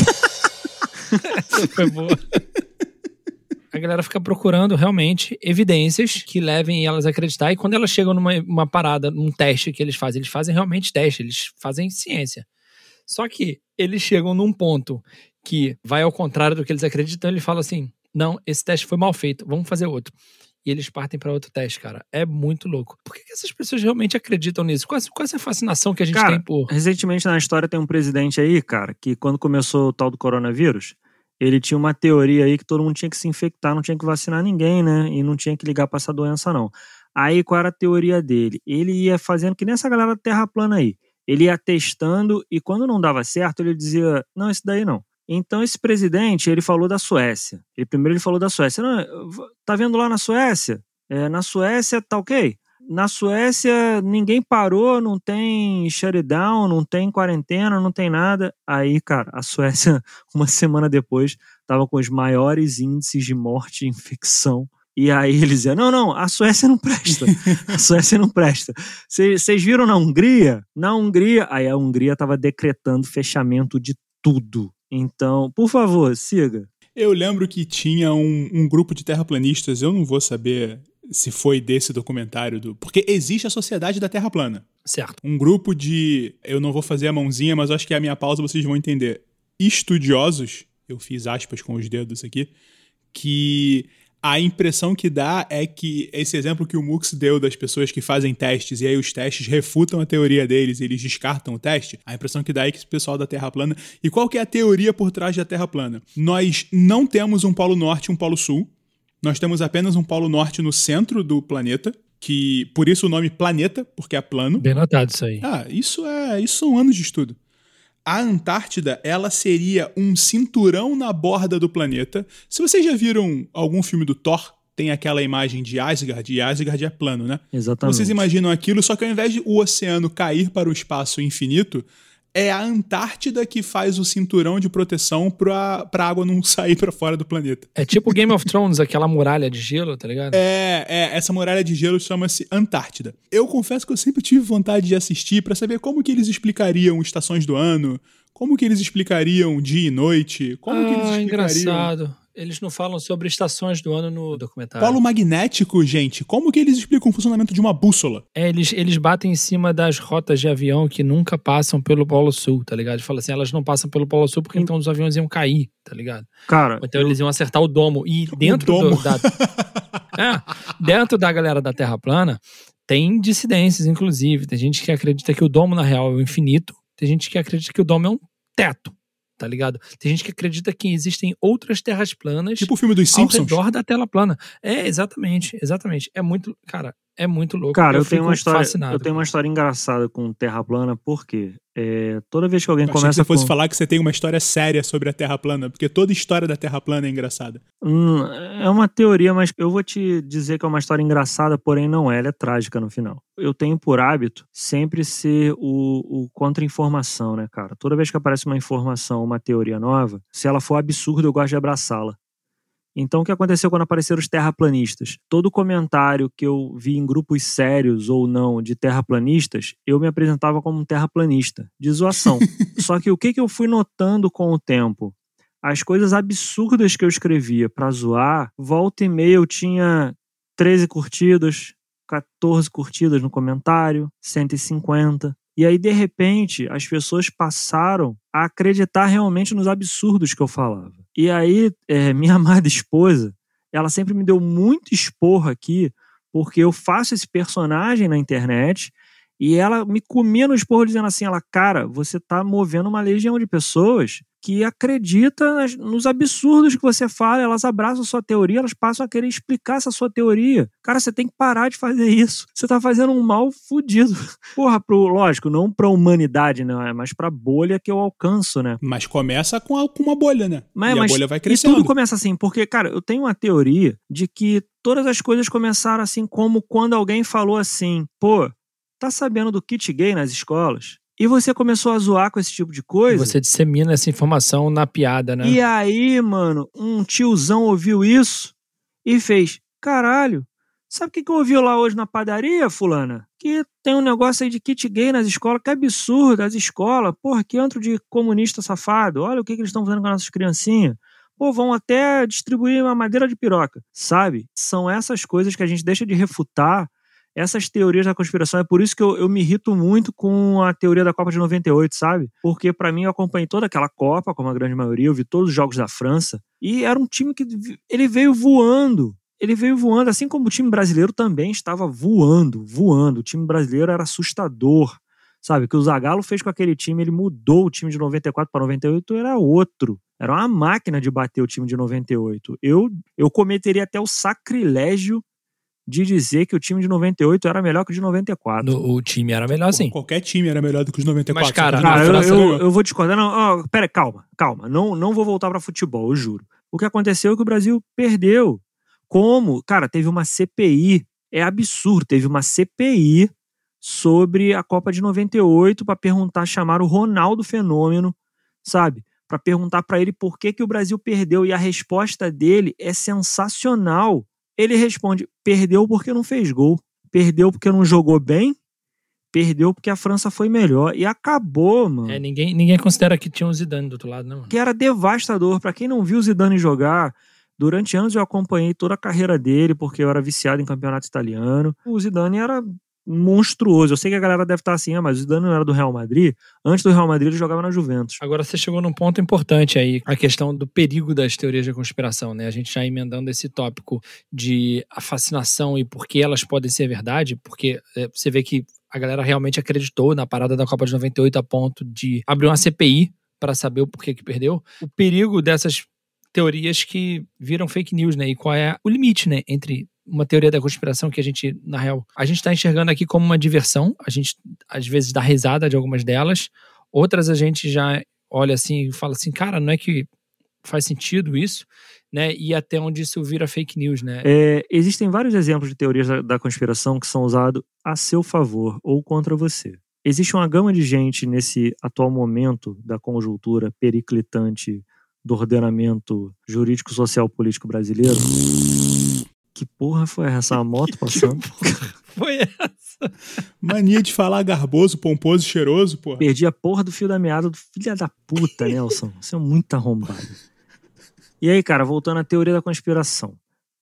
Essa foi boa. A galera fica procurando realmente evidências que levem elas a acreditar, e quando elas chegam numa parada, num teste que eles fazem realmente teste, eles fazem ciência. Só que eles chegam num ponto que vai ao contrário do que eles acreditam, eles falam assim, não, esse teste foi mal feito, vamos fazer outro. E eles partem para outro teste, cara. É muito louco. Por que essas pessoas realmente acreditam nisso? Qual é essa fascinação que a gente tem por... Recentemente na história tem um presidente aí, cara, que quando começou o tal do coronavírus, ele tinha uma teoria aí que todo mundo tinha que se infectar, não tinha que vacinar ninguém, né? E não tinha que ligar pra essa doença, não. Aí, qual era a teoria dele? Ele ia fazendo que nem essa galera da Terra plana aí. Ele ia testando e quando não dava certo, ele dizia, não, esse daí não. Então, esse presidente, ele falou da Suécia. Primeiro ele falou da Suécia. Não, tá vendo lá na Suécia? Na Suécia tá ok. Na Suécia, ninguém parou, não tem shutdown, não tem quarentena, não tem nada. Aí, cara, a Suécia, uma semana depois, estava com os maiores índices de morte e infecção. E aí eles diziam, não, a Suécia não presta. A Suécia não presta. Vocês viram na Hungria? Na Hungria, aí a Hungria estava decretando fechamento de tudo. Então, por favor, siga. Eu lembro que tinha um grupo de terraplanistas, eu não vou saber se foi desse documentário, porque existe a Sociedade da Terra Plana. Certo. Um grupo de, eu não vou fazer a mãozinha, mas acho que é a minha pausa, vocês vão entender, estudiosos, eu fiz aspas com os dedos aqui, que a impressão que dá é que esse exemplo que o Mux deu das pessoas que fazem testes e aí os testes refutam a teoria deles e eles descartam o teste, a impressão que dá é que esse pessoal da Terra plana... E qual que é a teoria por trás da Terra plana? Nós não temos um polo norte e um polo sul, nós temos apenas um polo norte no centro do planeta, que por isso o nome planeta, porque é plano. Bem notado isso aí. Isso são anos de estudo. A Antártida, ela seria um cinturão na borda do planeta. Se vocês já viram algum filme do Thor, tem aquela imagem de Asgard, e Asgard é plano, né? Exatamente. Vocês imaginam aquilo, só que ao invés de o oceano cair para o espaço infinito, é a Antártida que faz o cinturão de proteção pra água não sair pra fora do planeta. É tipo Game of Thrones, aquela muralha de gelo, tá ligado? Essa muralha de gelo chama-se Antártida. Eu confesso que eu sempre tive vontade de assistir pra saber como que eles explicariam estações do ano, como que eles explicariam dia e noite, como que eles explicariam... engraçado. Eles não falam sobre estações do ano no documentário. Polo magnético, gente, como que eles explicam o funcionamento de uma bússola? Eles batem em cima das rotas de avião que nunca passam pelo Polo Sul, tá ligado? Fala assim, elas não passam pelo Polo Sul porque então os aviões iam cair, tá ligado? Cara... Então eles iam acertar o domo. E dentro dentro da galera da Terra plana, tem dissidências, inclusive. Tem gente que acredita que o domo, na real, é o infinito. Tem gente que acredita que o domo é um teto. Tá ligado? Tem gente que acredita que existem outras terras planas. Tipo o filme dos Simpsons. Ao redor da Terra plana. Exatamente. É muito, cara, é muito louco. Cara, eu tenho uma história, fascinado. Eu tenho uma história engraçada com Terra plana, porque toda vez que alguém começa... Achei que você fosse falar que você tem uma história séria sobre a Terra plana, porque toda história da Terra plana é engraçada. É uma teoria, mas eu vou te dizer que é uma história engraçada, porém não é, ela é trágica no final. Eu tenho por hábito sempre ser o contra-informação, né, cara? Toda vez que aparece uma informação, uma teoria nova, se ela for absurda, eu gosto de abraçá-la. Então, o que aconteceu quando apareceram os terraplanistas? Todo comentário que eu vi em grupos sérios ou não de terraplanistas, eu me apresentava como um terraplanista, de zoação. Só que o que eu fui notando com o tempo? As coisas absurdas que eu escrevia pra zoar, volta e meia eu tinha 13 curtidas, 14 curtidas no comentário, 150. E aí, de repente, as pessoas passaram a acreditar realmente nos absurdos que eu falava. E aí, minha amada esposa, ela sempre me deu muito esporro aqui, porque eu faço esse personagem na internet, e ela me comia no esporro dizendo assim, cara, você tá movendo uma legião de pessoas que acredita nos absurdos que você fala, elas abraçam a sua teoria, elas passam a querer explicar essa sua teoria. Cara, você tem que parar de fazer isso. Você tá fazendo um mal fudido. Porra, lógico, não pra humanidade, né? Mas pra bolha que eu alcanço, né? Mas começa com uma bolha, né? Mas a bolha vai crescendo. E tudo começa assim, porque, cara, eu tenho uma teoria de que todas as coisas começaram assim, como quando alguém falou assim, pô, tá sabendo do kit gay nas escolas? E você começou a zoar com esse tipo de coisa. Você dissemina essa informação na piada, né? E aí, mano, um tiozão ouviu isso e fez, caralho, sabe o que eu ouvi lá hoje na padaria, fulana? Que tem um negócio aí de kit gay nas escolas, que absurdo, as escolas, porra, que antro de comunista safado, olha o que eles estão fazendo com as nossas criancinhas. Pô, vão até distribuir uma madeira de piroca, sabe? São essas coisas que a gente deixa de refutar, essas teorias da conspiração. É por isso que eu me irrito muito com a teoria da Copa de 98, sabe? Porque pra mim eu acompanhei toda aquela Copa, como a grande maioria, eu vi todos os jogos da França, e era um time que ele veio voando. Ele veio voando, assim como o time brasileiro também estava voando. O time brasileiro era assustador, sabe? O que o Zagallo fez com aquele time, ele mudou o time de 94 para 98, era outro. Era uma máquina de bater o time de 98. Eu cometeria até o sacrilégio de dizer que o time de 98 era melhor que o de 94. O time era melhor, sim. Qualquer time era melhor do que os 94. Mas, cara, eu vou discordar. Não, pera, calma. Não vou voltar pra futebol, eu juro. O que aconteceu é que o Brasil perdeu. Como? Cara, teve uma CPI. É absurdo. Teve uma CPI sobre a Copa de 98 pra perguntar, chamar o Ronaldo Fenômeno, sabe? Pra perguntar pra ele por que o Brasil perdeu. E a resposta dele é sensacional. Ele responde, perdeu porque não fez gol, perdeu porque não jogou bem, perdeu porque a França foi melhor. E acabou, mano. Ninguém considera que tinha um Zidane do outro lado, não. Que era devastador. Pra quem não viu o Zidane jogar, durante anos eu acompanhei toda a carreira dele, porque eu era viciado em campeonato italiano. O Zidane era monstruoso. Eu sei que a galera deve estar assim, mas o Zidane não era do Real Madrid. Antes do Real Madrid ele jogava na Juventus. Agora você chegou num ponto importante aí, a questão do perigo das teorias da conspiração, né? A gente já emendando esse tópico de a fascinação e por que elas podem ser verdade, porque você vê que a galera realmente acreditou na parada da Copa de 98 a ponto de abrir uma CPI para saber o porquê que perdeu. O perigo dessas teorias que viram fake news, né? E qual é o limite, né? Entre uma teoria da conspiração que a gente, na real, a gente tá enxergando aqui como uma diversão, a gente às vezes dá risada de algumas delas, outras a gente já olha assim e fala assim, cara, não é que faz sentido isso, né? E até onde isso vira fake news, né? Existem vários exemplos de teorias da conspiração que são usados a seu favor ou contra você. Existe uma gama de gente nesse atual momento da conjuntura periclitante do ordenamento jurídico, social, político brasileiro. Que porra foi essa? Uma moto passando? Foi essa? Mania de falar garboso, pomposo, cheiroso, porra. Perdi a porra do fio da meada do filho da puta, Nelson. Você é muito arrombado. E aí, cara, voltando à teoria da conspiração.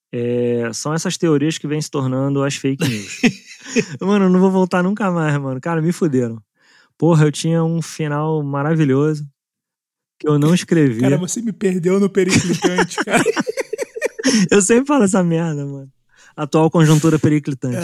São essas teorias que vêm se tornando as fake news. Mano, eu não vou voltar nunca mais, mano. Cara, me fuderam. Porra, eu tinha um final maravilhoso que eu não escrevi. Cara, você me perdeu no periclitante, cara. Eu sempre falo essa merda, mano. Atual conjuntura periclitante.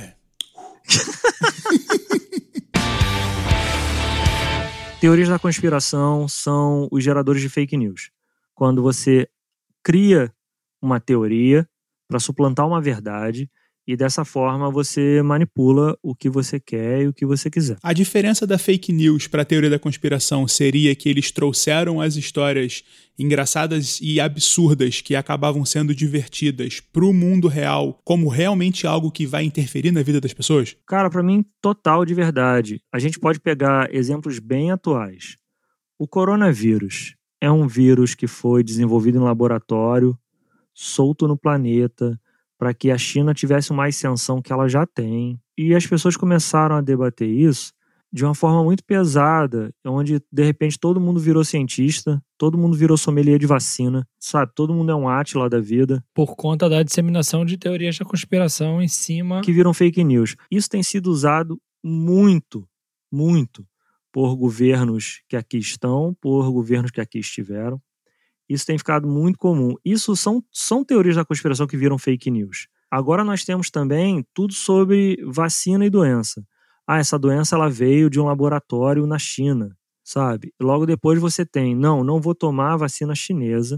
Teorias da conspiração são os geradores de fake news. Quando você cria uma teoria para suplantar uma verdade e dessa forma você manipula o que você quer e o que você quiser. A diferença da fake news para a teoria da conspiração seria que eles trouxeram as histórias engraçadas e absurdas que acabavam sendo divertidas pro mundo real como realmente algo que vai interferir na vida das pessoas? Cara, para mim, total de verdade. A gente pode pegar exemplos bem atuais. O coronavírus é um vírus que foi desenvolvido em laboratório, solto no planeta, para que a China tivesse uma ascensão que ela já tem. E as pessoas começaram a debater isso de uma forma muito pesada, onde, de repente, todo mundo virou cientista, todo mundo virou sommelier de vacina, sabe? Todo mundo é um Átila da vida. Por conta da disseminação de teorias da conspiração em cima... Que viram fake news. Isso tem sido usado muito, muito, por governos que aqui estão, por governos que aqui estiveram. Isso tem ficado muito comum. Isso são teorias da conspiração que viram fake news. Agora nós temos também tudo sobre vacina e doença. Essa doença ela veio de um laboratório na China, sabe? Logo depois você tem, não vou tomar a vacina chinesa,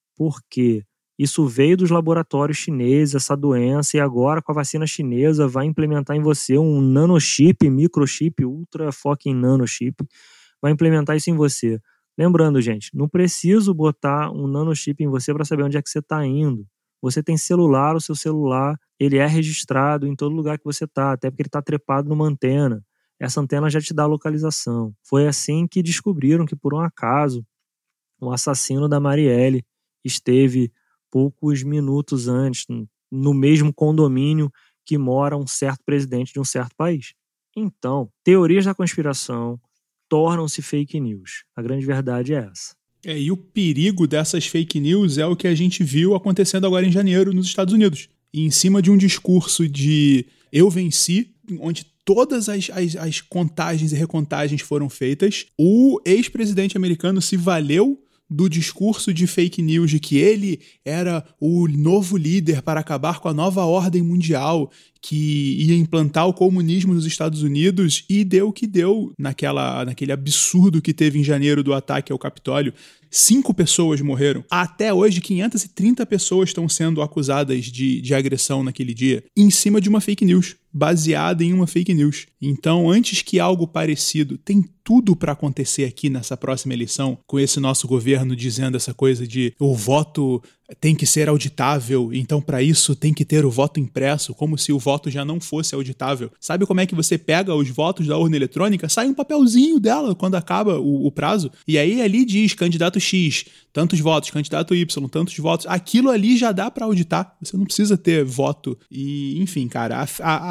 porque isso veio dos laboratórios chineses, essa doença, e agora com a vacina chinesa vai implementar em você um nanochip, microchip, ultra fucking nanochip, vai implementar isso em você. Lembrando, gente, não preciso botar um nanochip em você para saber onde é que você está indo. Você tem celular, o seu celular, ele é registrado em todo lugar que você está, até porque ele está trepado numa antena. Essa antena já te dá a localização. Foi assim que descobriram que, por um acaso, o assassino da Marielle esteve poucos minutos antes no mesmo condomínio que mora um certo presidente de um certo país. Então, teorias da conspiração tornam-se fake news. A grande verdade é essa. E o perigo dessas fake news é o que a gente viu acontecendo agora em janeiro nos Estados Unidos. E em cima de um discurso de eu venci, onde todas as contagens e recontagens foram feitas, o ex-presidente americano se valeu do discurso de fake news de que ele era o novo líder para acabar com a nova ordem mundial, que ia implantar o comunismo nos Estados Unidos, e deu o que deu naquele absurdo que teve em janeiro do ataque ao Capitólio. 5 pessoas morreram. Até hoje, 530 pessoas estão sendo acusadas de agressão naquele dia, em cima de uma fake news, baseada em uma fake news. Então, antes que algo parecido, tem tudo para acontecer aqui nessa próxima eleição, com esse nosso governo dizendo essa coisa de o voto tem que ser auditável, então para isso tem que ter o voto impresso, como se o voto já não fosse auditável. Sabe como é que você pega os votos da urna eletrônica? Sai um papelzinho dela quando acaba o prazo, e aí ali diz candidato X, tantos votos, candidato Y, tantos votos. Aquilo ali já dá para auditar, você não precisa ter voto. E, enfim, cara,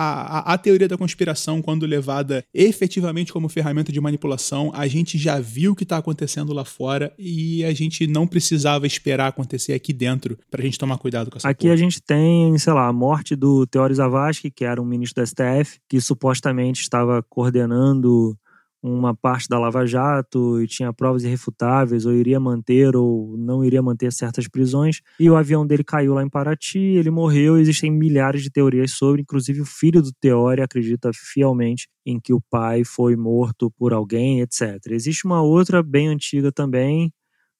a teoria da conspiração, quando levada efetivamente como ferramenta de manipulação, a gente já viu o que está acontecendo lá fora e a gente não precisava esperar acontecer aqui dentro pra gente tomar cuidado com essa Aqui porra. a gente tem, sei lá, a morte do Teori Zavascki, que era um ministro do STF, que supostamente estava coordenando uma parte da Lava Jato e tinha provas irrefutáveis, ou iria manter ou não iria manter certas prisões, e o avião dele caiu lá em Paraty, ele morreu, existem milhares de teorias sobre, inclusive o filho do Teori acredita fielmente em que o pai foi morto por alguém, etc. Existe uma outra bem antiga também,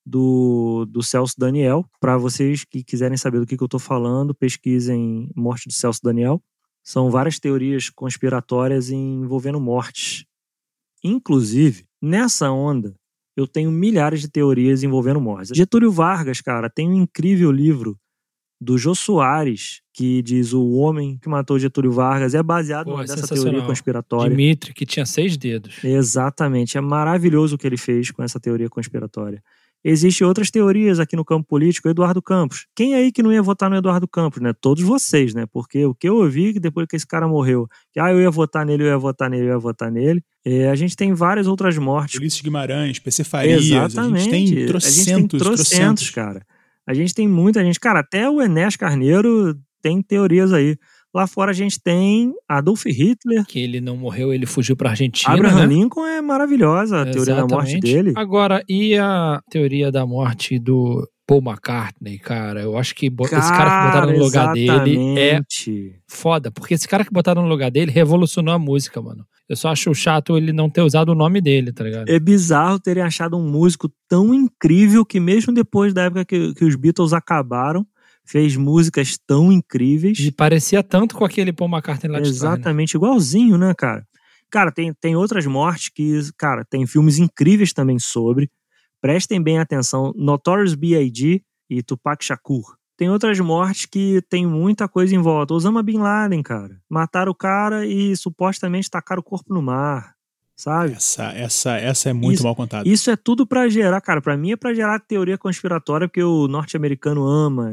do Celso Daniel. Para vocês que quiserem saber do que eu estou falando, pesquisem Morte do Celso Daniel. São várias teorias conspiratórias envolvendo mortes. Inclusive, nessa onda, eu tenho milhares de teorias envolvendo mortes. Getúlio Vargas, cara, tem um incrível livro do Jô Soares, que diz o homem que matou Getúlio Vargas, é baseado nessa teoria conspiratória. Dmitry, que tinha 6 dedos. Exatamente, é maravilhoso o que ele fez com essa teoria conspiratória. Existem outras teorias aqui no campo político, Eduardo Campos. Quem aí que não ia votar no Eduardo Campos, né? Todos vocês, né? Porque o que eu ouvi depois que esse cara morreu, que eu ia votar nele, eu ia votar nele, eu ia votar nele. A gente tem várias outras mortes. Ulisses Guimarães, PC Farias. Exatamente. A gente tem trocentos. Cara. A gente tem muita gente. Cara, até o Enéas Carneiro tem teorias aí. Lá fora a gente tem Adolf Hitler. Que ele não morreu, ele fugiu pra Argentina, Abraham né? Lincoln é maravilhosa, a teoria da morte dele. Agora, e a teoria da morte do Paul McCartney, cara? Eu acho que esse cara que botaram no lugar dele é foda. Porque esse cara que botaram no lugar dele revolucionou a música, mano. Eu só acho chato ele não ter usado o nome dele, tá ligado? É bizarro terem achado um músico tão incrível que mesmo depois da época que os Beatles acabaram, fez músicas tão incríveis. E parecia tanto com aquele Paul McCartney lá de trás, exatamente, igualzinho, né, cara? Cara, tem outras mortes que, cara, tem filmes incríveis também sobre. Prestem bem atenção. Notorious B.I.G. e Tupac Shakur. Tem outras mortes que tem muita coisa em volta. Osama Bin Laden, cara. Mataram o cara e supostamente tacaram o corpo no mar, sabe? Essa é muito mal contada. Isso é tudo pra gerar, cara. Pra mim é pra gerar teoria conspiratória, porque o norte-americano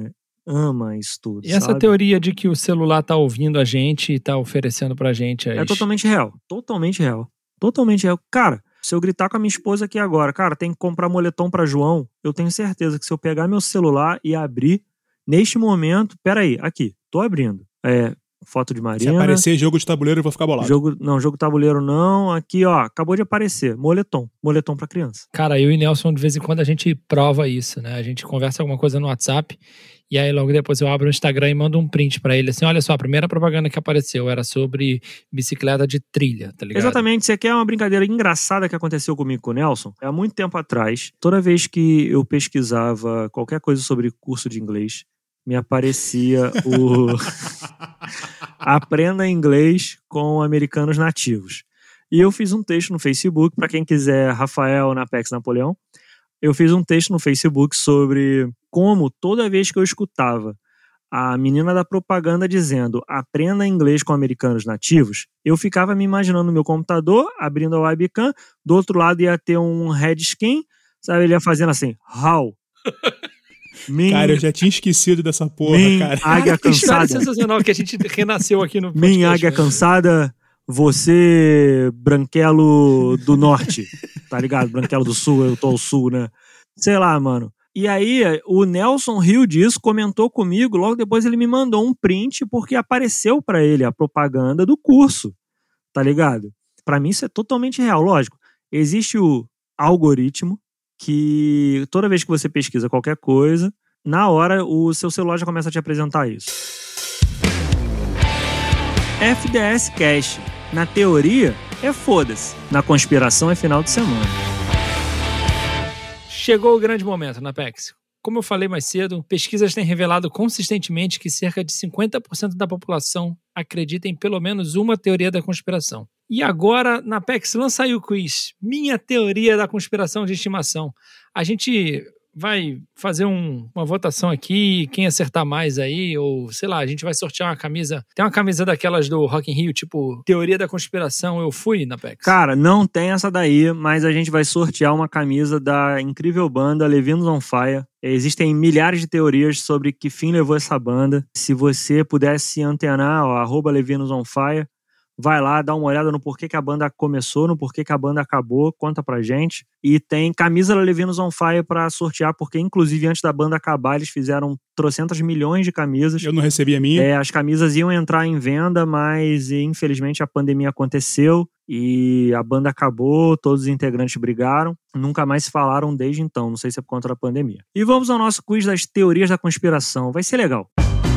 ama isso tudo, e essa teoria de que o celular tá ouvindo a gente e tá oferecendo pra gente é totalmente real. Totalmente real. Totalmente real. Cara, se eu gritar com a minha esposa aqui agora, cara, tem que comprar moletom pra João, eu tenho certeza que se eu pegar meu celular e abrir, neste momento, peraí, aqui, tô abrindo. Foto de Marina. Se aparecer jogo de tabuleiro, eu vou ficar bolado. Jogo de tabuleiro não. Aqui, ó, acabou de aparecer. Moletom pra criança. Cara, eu e Nelson, de vez em quando, a gente prova isso, né? A gente conversa alguma coisa no WhatsApp E aí logo depois eu abro o Instagram e mando um print pra ele, assim, olha só, a primeira propaganda que apareceu era sobre bicicleta de trilha, tá ligado? Exatamente, isso aqui é uma brincadeira engraçada que aconteceu comigo com o Nelson. Há muito tempo atrás, toda vez que eu pesquisava qualquer coisa sobre curso de inglês, me aparecia o Aprenda Inglês com Americanos Nativos. E eu fiz um texto no Facebook, para quem quiser, Rafael Napex Napoleão, eu fiz um texto no Facebook sobre como toda vez que eu escutava a menina da propaganda dizendo aprenda inglês com americanos nativos, eu ficava me imaginando no meu computador, abrindo a webcam, do outro lado ia ter um headscan, sabe, ele ia fazendo assim, how? Cara, eu já tinha esquecido dessa porra, cara. Águia Que história cansada. sensacional que a gente renasceu aqui no podcast. Minha águia né? cansada, você, branquelo do norte, tá ligado? Branquelo do sul, eu tô ao sul, né? Sei lá, mano. E aí, o Nelson riu disso, comentou comigo, logo depois ele me mandou um print, porque apareceu pra ele a propaganda do curso, tá ligado? Pra mim isso é totalmente real, lógico. Existe o algoritmo, que toda vez que você pesquisa qualquer coisa, na hora o seu celular já começa a te apresentar isso. FDS Cast. Na teoria, é foda-se. Na conspiração, é final de semana. Chegou o grande momento, Napex. Como eu falei mais cedo, pesquisas têm revelado consistentemente que cerca de 50% da população acredita em pelo menos uma teoria da conspiração. E agora, Napex, lança aí o quiz. Minha teoria da conspiração de estimação. A gente vai fazer uma votação aqui, quem acertar mais aí, ou sei lá, a gente vai sortear uma camisa. Tem uma camisa daquelas do Rock in Rio, tipo, teoria da conspiração, eu fui, Napex? Cara, não tem essa daí, mas a gente vai sortear uma camisa da incrível banda Levinos on Fire. Existem milhares de teorias sobre que fim levou essa banda. Se você pudesse antenar, ó, @Levinos on Fire, vai lá, dá uma olhada no porquê que a banda começou, no porquê que a banda acabou, conta pra gente. E tem camisa da Levinos on Fire pra sortear, porque inclusive antes da banda acabar, eles fizeram trocentas milhões de camisas. Eu não recebi a minha. As camisas iam entrar em venda, mas infelizmente a pandemia aconteceu e a banda acabou, todos os integrantes brigaram, nunca mais se falaram desde então, não sei se é por conta da pandemia. E vamos ao nosso quiz das teorias da conspiração, vai ser legal.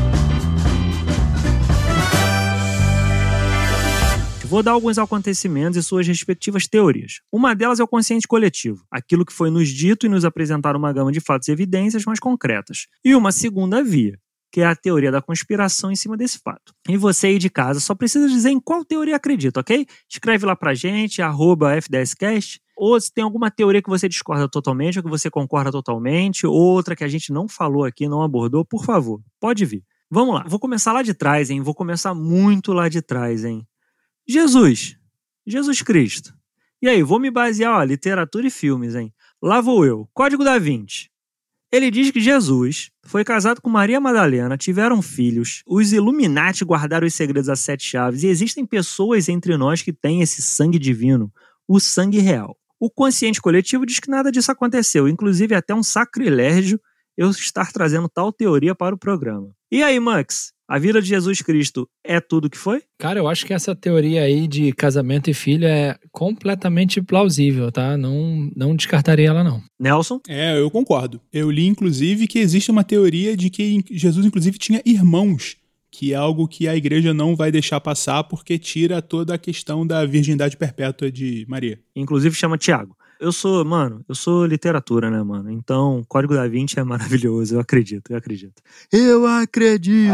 Vou dar alguns acontecimentos e suas respectivas teorias. Uma delas é o consciente coletivo, aquilo que foi nos dito e nos apresentar uma gama de fatos e evidências mais concretas. E uma segunda via, que é a teoria da conspiração em cima desse fato. E você aí de casa só precisa dizer em qual teoria acredita, ok? Escreve lá pra gente, @FDScast, ou se tem alguma teoria que você discorda totalmente, ou que você concorda totalmente, outra que a gente não falou aqui, não abordou, por favor, pode vir. Vamos lá, vou começar lá de trás, hein? Vou começar muito lá de trás, hein? Jesus Cristo. E aí, vou me basear, ó, literatura e filmes, hein? Lá vou eu. Código da Vinci. Ele diz que Jesus foi casado com Maria Madalena, tiveram filhos, os Illuminati guardaram os segredos a 7 chaves e existem pessoas entre nós que têm esse sangue divino, o sangue real. O consciente coletivo diz que nada disso aconteceu, inclusive até um sacrilégio eu estar trazendo tal teoria para o programa. E aí, Max? A vida de Jesus Cristo é tudo que foi? Cara, eu acho que essa teoria aí de casamento e filho é completamente plausível, tá? Não descartaria ela, não. Nelson? Eu concordo. Eu li, inclusive, que existe uma teoria de que Jesus, inclusive, tinha irmãos, que é algo que a igreja não vai deixar passar porque tira toda a questão da virgindade perpétua de Maria. Inclusive chama Tiago. Eu sou literatura, né, mano? Então, Código da Vinci é maravilhoso, eu acredito. Eu acredito!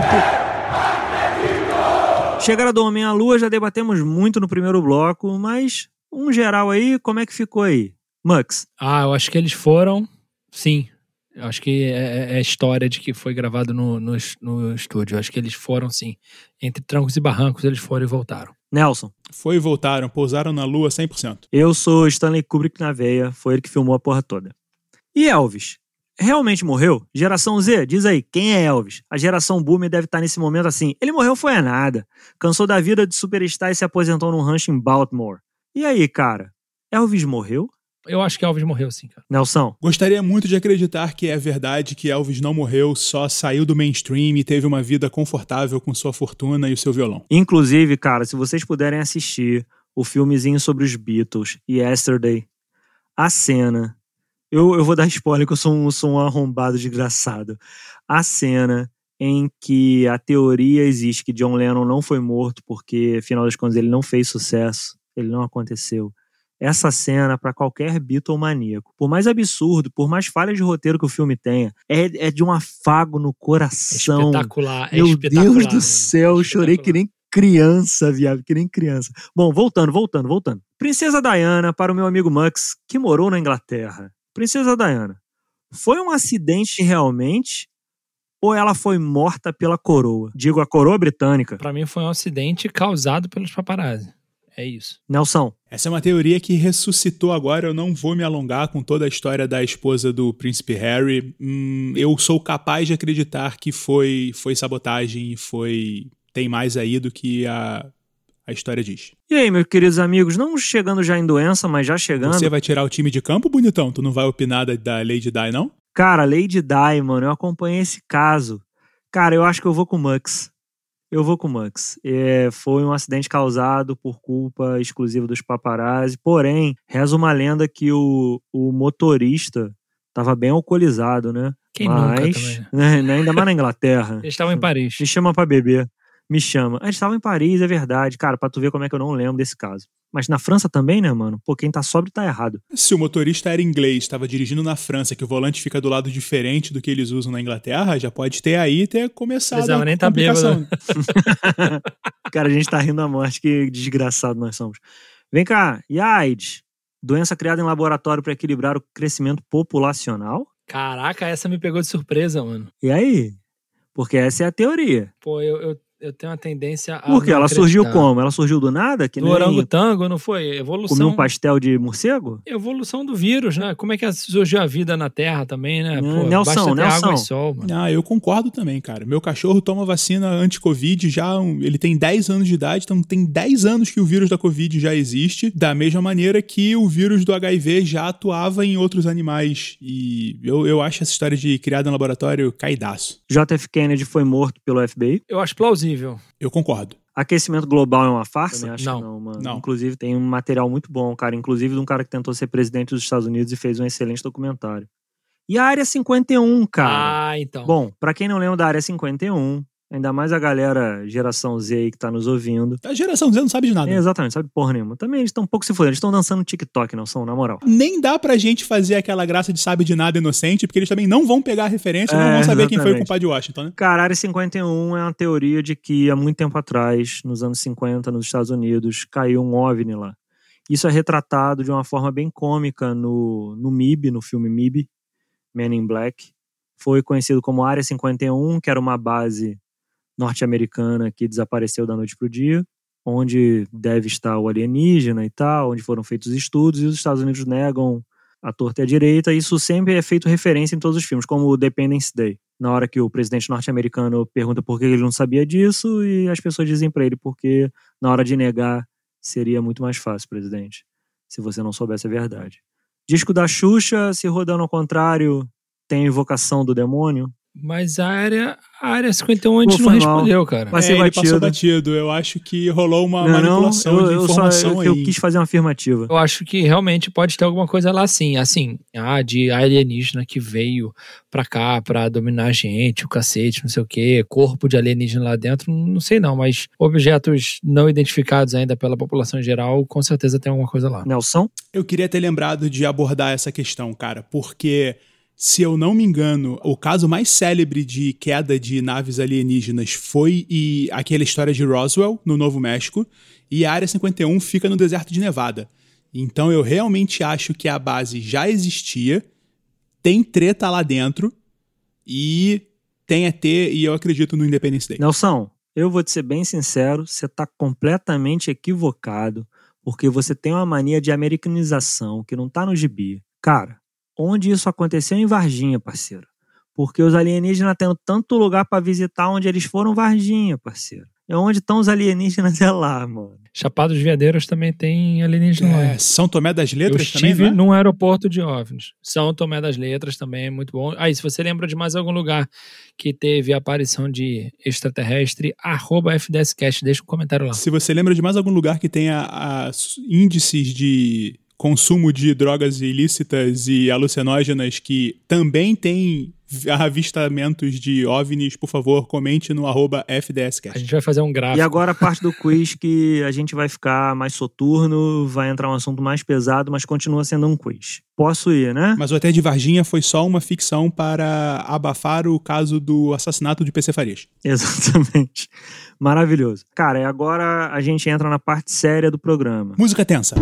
Chegada do Homem à Lua, já debatemos muito no primeiro bloco, mas um geral aí, como é que ficou aí? Max? Eu acho que eles foram, sim. Eu acho que é história de que foi gravado no estúdio. Eu acho que eles foram, sim. Entre trancos e barrancos, eles foram e voltaram. Nelson? Foi e voltaram, pousaram na Lua 100%. Eu sou Stanley Kubrick na veia, foi ele que filmou a porra toda. E Elvis? Realmente morreu? Geração Z, diz aí, quem é Elvis? A geração Boomer deve estar nesse momento assim, ele morreu foi a nada. Cansou da vida de superstar e se aposentou num rancho em Baltimore. E aí, cara? Elvis morreu? Eu acho que Elvis morreu, sim, cara. Nelson? Gostaria muito de acreditar que é verdade que Elvis não morreu, só saiu do mainstream e teve uma vida confortável com sua fortuna e o seu violão. Inclusive, cara, se vocês puderem assistir o filmezinho sobre os Beatles, Yesterday, a cena Eu vou dar spoiler que eu sou um arrombado desgraçado. A cena em que a teoria existe que John Lennon não foi morto porque, afinal das contas, ele não fez sucesso, ele não aconteceu. Essa cena, pra qualquer Beatlemaníaco, por mais absurdo, por mais falhas de roteiro que o filme tenha, é de um afago no coração. Espetacular. Meu Deus do céu, eu chorei que nem criança, viado, que nem criança. Bom, voltando. Princesa Diana, para o meu amigo Mux, que morou na Inglaterra. Princesa Diana, foi um acidente realmente ou ela foi morta pela coroa? Digo, a coroa britânica. Pra mim foi um acidente causado pelos paparazzi. É isso. Nelson. Essa é uma teoria que ressuscitou agora. Eu não vou me alongar com toda a história da esposa do príncipe Harry. Eu sou capaz de acreditar que foi sabotagem e tem mais aí do que a história diz. E aí, meus queridos amigos, não chegando já em doença, mas já chegando... Você vai tirar o time de campo, bonitão? Tu não vai opinar da Lady Di, não? Cara, Lady Di, mano, eu acompanhei esse caso. Cara, eu acho que eu vou com o Mux. Foi um acidente causado por culpa exclusiva dos paparazzi. Porém, reza uma lenda que o motorista estava bem alcoolizado, né? Quem nunca também? Né? Ainda mais na Inglaterra. Eles estavam em Paris. Me chama pra beber. Me chama. A gente tava em Paris, é verdade. Cara, pra tu ver como é que eu não lembro desse caso. Mas na França também, né, mano? Pô, quem tá sóbrio tá errado. Se o motorista era inglês, estava dirigindo na França, que o volante fica do lado diferente do que eles usam na Inglaterra, já pode ter começado a nem complicação. Tá bêbado. Cara, a gente tá rindo da morte, que desgraçado nós somos. Vem cá, e a AIDS? Doença criada em laboratório para equilibrar o crescimento populacional? Caraca, essa me pegou de surpresa, mano. E aí? Porque essa é a teoria. Pô, eu tenho uma tendência a... Porque ela surgiu como? Ela surgiu do nada? Que do orangotango, não foi? Evolução. Comeu um pastel de morcego? Evolução do vírus, né? Como é que surgiu a vida na Terra também, né? Pô, Nelson. água e sol, mano. Eu concordo também, cara. Meu cachorro toma vacina anti-Covid ele tem 10 anos de idade, então tem 10 anos que o vírus da Covid já existe, da mesma maneira que o vírus do HIV já atuava em outros animais. E eu acho essa história de criado em laboratório caidaço. JF Kennedy foi morto pelo FBI? Eu acho plausível. Eu concordo. Aquecimento global é uma farsa? Acho não. Que não, mano. Não. Inclusive tem um material muito bom, cara. Inclusive de um cara que tentou ser presidente dos Estados Unidos e fez um excelente documentário. E a Área 51, cara. Ah, então. Bom, pra quem não lembra da Área 51, ainda mais a galera geração Z aí que tá nos ouvindo. A geração Z não sabe de nada. Exatamente, sabe porra nenhuma. Também eles estão um pouco se fodendo. Eles estão dançando TikTok, não são, na moral. Nem dá pra gente fazer aquela graça de sabe de nada inocente, porque eles também não vão pegar a referência, não vão saber exatamente. quem foi o compadre de Washington, né? Cara, a Área 51 é uma teoria de que há muito tempo atrás, nos anos 50, nos Estados Unidos, caiu um OVNI lá. Isso é retratado de uma forma bem cômica no MIB, no filme MIB, Men in Black. Foi conhecido como Área 51, que era uma base norte-americana que desapareceu da noite pro dia, onde deve estar o alienígena e tal, onde foram feitos estudos, e os Estados Unidos negam a torta e a direita. Isso sempre é feito referência em todos os filmes, como o Independence Day. Na hora que o presidente norte-americano pergunta por que ele não sabia disso, e as pessoas dizem pra ele porque na hora de negar seria muito mais fácil, presidente, se você não soubesse a verdade. Disco da Xuxa, se rodando ao contrário, tem invocação do demônio. Mas a área 51 a gente não respondeu, cara. Vai ser ele passou batido. Eu acho que rolou uma manipulação de informação aí. Eu quis fazer uma afirmativa. Eu acho que realmente pode ter alguma coisa lá assim. Assim, de alienígena que veio pra cá pra dominar a gente, o cacete, não sei o quê, corpo de alienígena lá dentro, não sei não, mas objetos não identificados ainda pela população em geral, com certeza tem alguma coisa lá. Nelson? Eu queria ter lembrado de abordar essa questão, cara, porque... Se eu não me engano, o caso mais célebre de queda de naves alienígenas foi aquela história de Roswell, no Novo México, e a Área 51 fica no deserto de Nevada. Então eu realmente acho que a base já existia, tem treta lá dentro, e tem ET, e eu acredito no Independence Day. Nelson, eu vou te ser bem sincero, você tá completamente equivocado, porque você tem uma mania de americanização que não tá no gibi. Cara, onde isso aconteceu? Em Varginha, parceiro. Porque os alienígenas têm tanto lugar pra visitar onde eles foram, Varginha, parceiro. É onde estão os alienígenas, é lá, mano. Chapada dos Veadeiros também tem alienígena lá. São Tomé das Letras também, Eu estive num aeroporto de OVNIs. São Tomé das Letras também é muito bom. Aí, se você lembra de mais algum lugar que teve a aparição de extraterrestre, @FDScast, deixa um comentário lá. Se você lembra de mais algum lugar que tenha índices de consumo de drogas ilícitas e alucinógenas que também tem avistamentos de OVNIs, por favor, comente no @FDScast. A gente vai fazer um gráfico. E agora a parte do quiz que a gente vai ficar mais soturno, vai entrar um assunto mais pesado, mas continua sendo um quiz. Posso ir, né? Mas o ET de Varginha foi só uma ficção para abafar o caso do assassinato de PC Farias. Exatamente. Maravilhoso. Cara, e agora a gente entra na parte séria do programa. Música tensa.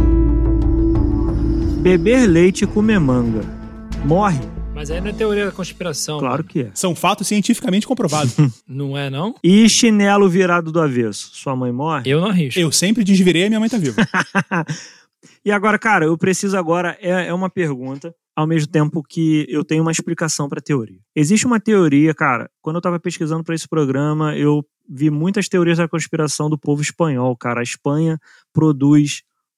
Beber leite e comer manga. Morre? Mas aí não é teoria da conspiração. Claro que é. São fatos cientificamente comprovados. Não é, não? E chinelo virado do avesso. Sua mãe morre? Eu não arrisco. Eu sempre desvirei e minha mãe tá viva. E agora, cara, eu preciso agora... É uma pergunta, ao mesmo tempo que eu tenho uma explicação pra teoria. Existe uma teoria, cara, quando eu tava pesquisando pra esse programa, eu vi muitas teorias da conspiração do povo espanhol, cara. A Espanha produz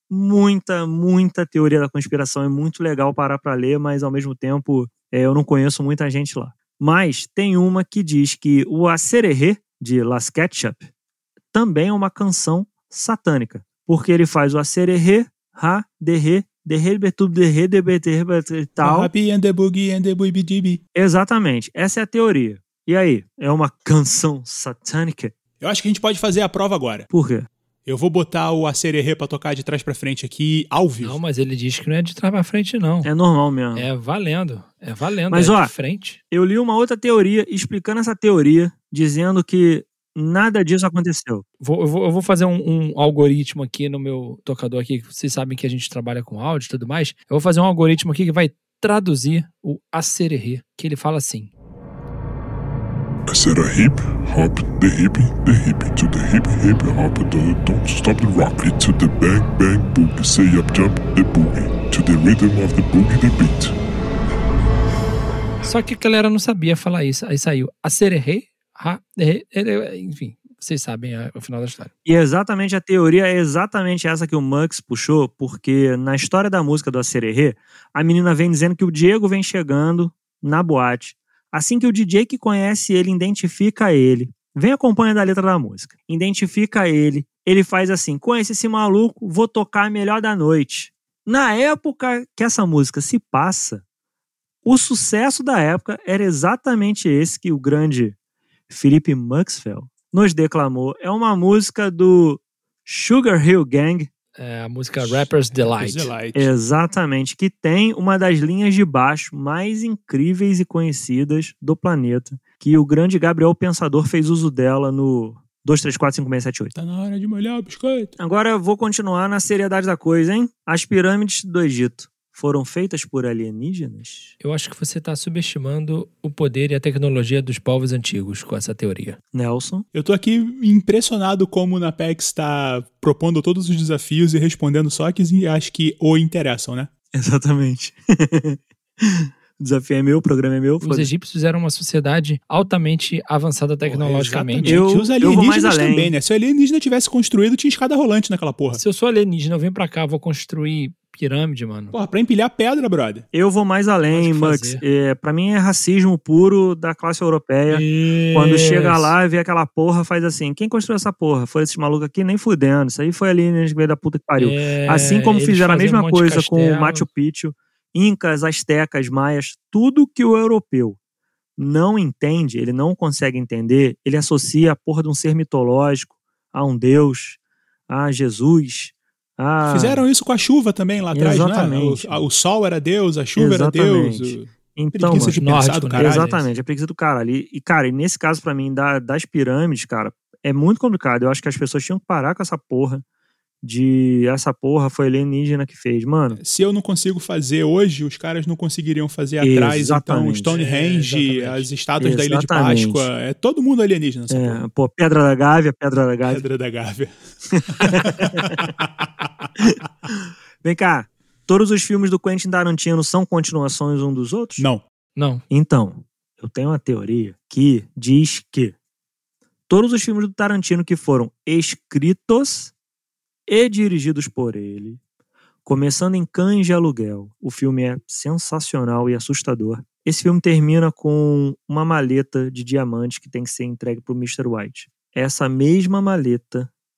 muita teoria da conspiração. É muito legal parar pra ler, mas ao mesmo tempo eu não conheço muita gente lá. Mas tem uma que diz que o Asererê, de Las Ketchup, também é uma canção satânica. Porque ele faz o Asererê, Ha, Derre, Derrebetub, Derre, e tal. Happy and the boogie and the boogie. Exatamente, essa é a teoria. E aí, é uma canção satânica? Eu acho que a gente pode fazer a prova agora. Por quê? Eu vou botar o Asererê pra tocar de trás pra frente aqui, ao vivo. Não, mas ele diz que não é de trás pra frente, não. É normal mesmo. É valendo. É valendo. Mas, é ó, de frente. Eu li uma outra teoria explicando essa teoria, dizendo que nada disso aconteceu. Eu vou fazer um algoritmo aqui no meu tocador aqui. Vocês sabem que a gente trabalha com áudio e tudo mais. Eu vou fazer um algoritmo aqui que vai traduzir o Asererê, que ele fala assim. I said a hip hop, the hip to the hip hop, don't stop the rock it to the bang bang boogie, say up jump the boogie to the rhythm of the boogie the beat. Só que a galera não sabia falar isso. Aí saiu Asererê, enfim, vocês sabem o final da história. E exatamente a teoria é exatamente essa que o Mux puxou, porque na história da música do Asererê, a menina vem dizendo que o Diego vem chegando na boate. Assim que o DJ que conhece ele identifica ele, vem acompanhando a letra da música, identifica ele faz assim, conhece esse maluco, vou tocar a melhor da noite. Na época que essa música se passa, o sucesso da época era exatamente esse que o grande Felipe Muxfeld nos declamou. É uma música do Sugar Hill Gang. É a música Rapper's Delight. Exatamente, que tem uma das linhas de baixo mais incríveis e conhecidas do planeta, que o grande Gabriel Pensador fez uso dela no 2, 3, 4, 5, 6, 7, 8. Tá na hora de molhar o biscoito. Agora eu vou continuar na seriedade da coisa, hein? As pirâmides do Egito foram feitas por alienígenas? Eu acho que você está subestimando o poder e a tecnologia dos povos antigos com essa teoria. Nelson? Eu tô aqui impressionado como o Napex está propondo todos os desafios e respondendo só que acho que o interessam, né? Exatamente. O desafio é meu, o programa é meu. Os egípcios eram uma sociedade altamente avançada tecnologicamente. Os alienígenas também, né? Se o alienígena tivesse construído, tinha escada rolante naquela porra. Se eu sou alienígena, eu venho pra cá, vou construir pirâmide, mano. Porra, pra empilhar pedra, brother. Eu vou mais além, Mux. Pra mim é racismo puro da classe europeia. Isso. Quando chega lá e vê aquela porra, faz assim, quem construiu essa porra? Foi esses malucos aqui nem fudendo. Isso aí foi alienígena que veio da puta que pariu. Assim como fizeram a mesma coisa com o Machu Picchu, Incas, Aztecas, Maias, tudo que o europeu não entende, ele não consegue entender, ele associa a porra de um ser mitológico a um deus, a Jesus. Fizeram isso com a chuva também lá atrás, exatamente, né? O sol era Deus, a chuva era Deus. Então, preguiça de pensar do caralho. Exatamente, a preguiça do caralho. E, cara, nesse caso, pra mim, das pirâmides, cara, é muito complicado. Eu acho que as pessoas tinham que parar com essa porra essa porra foi alienígena que fez, mano. Se eu não consigo fazer hoje, os caras não conseguiriam fazer atrás. Exatamente. Então, Stonehenge, as estátuas da Ilha de Páscoa, é todo mundo alienígena. Pô, Pedra da Gávea. Pedra da Gávea. Vem cá, todos os filmes do Quentin Tarantino são continuações uns dos outros? Não. Então, eu tenho uma teoria que diz que todos os filmes do Tarantino que foram escritos e dirigidos por ele, começando em Cães de Aluguel. O filme é sensacional e assustador. Esse filme termina com uma maleta de diamantes que tem que ser entregue pro Mr. White. Essa mesma maleta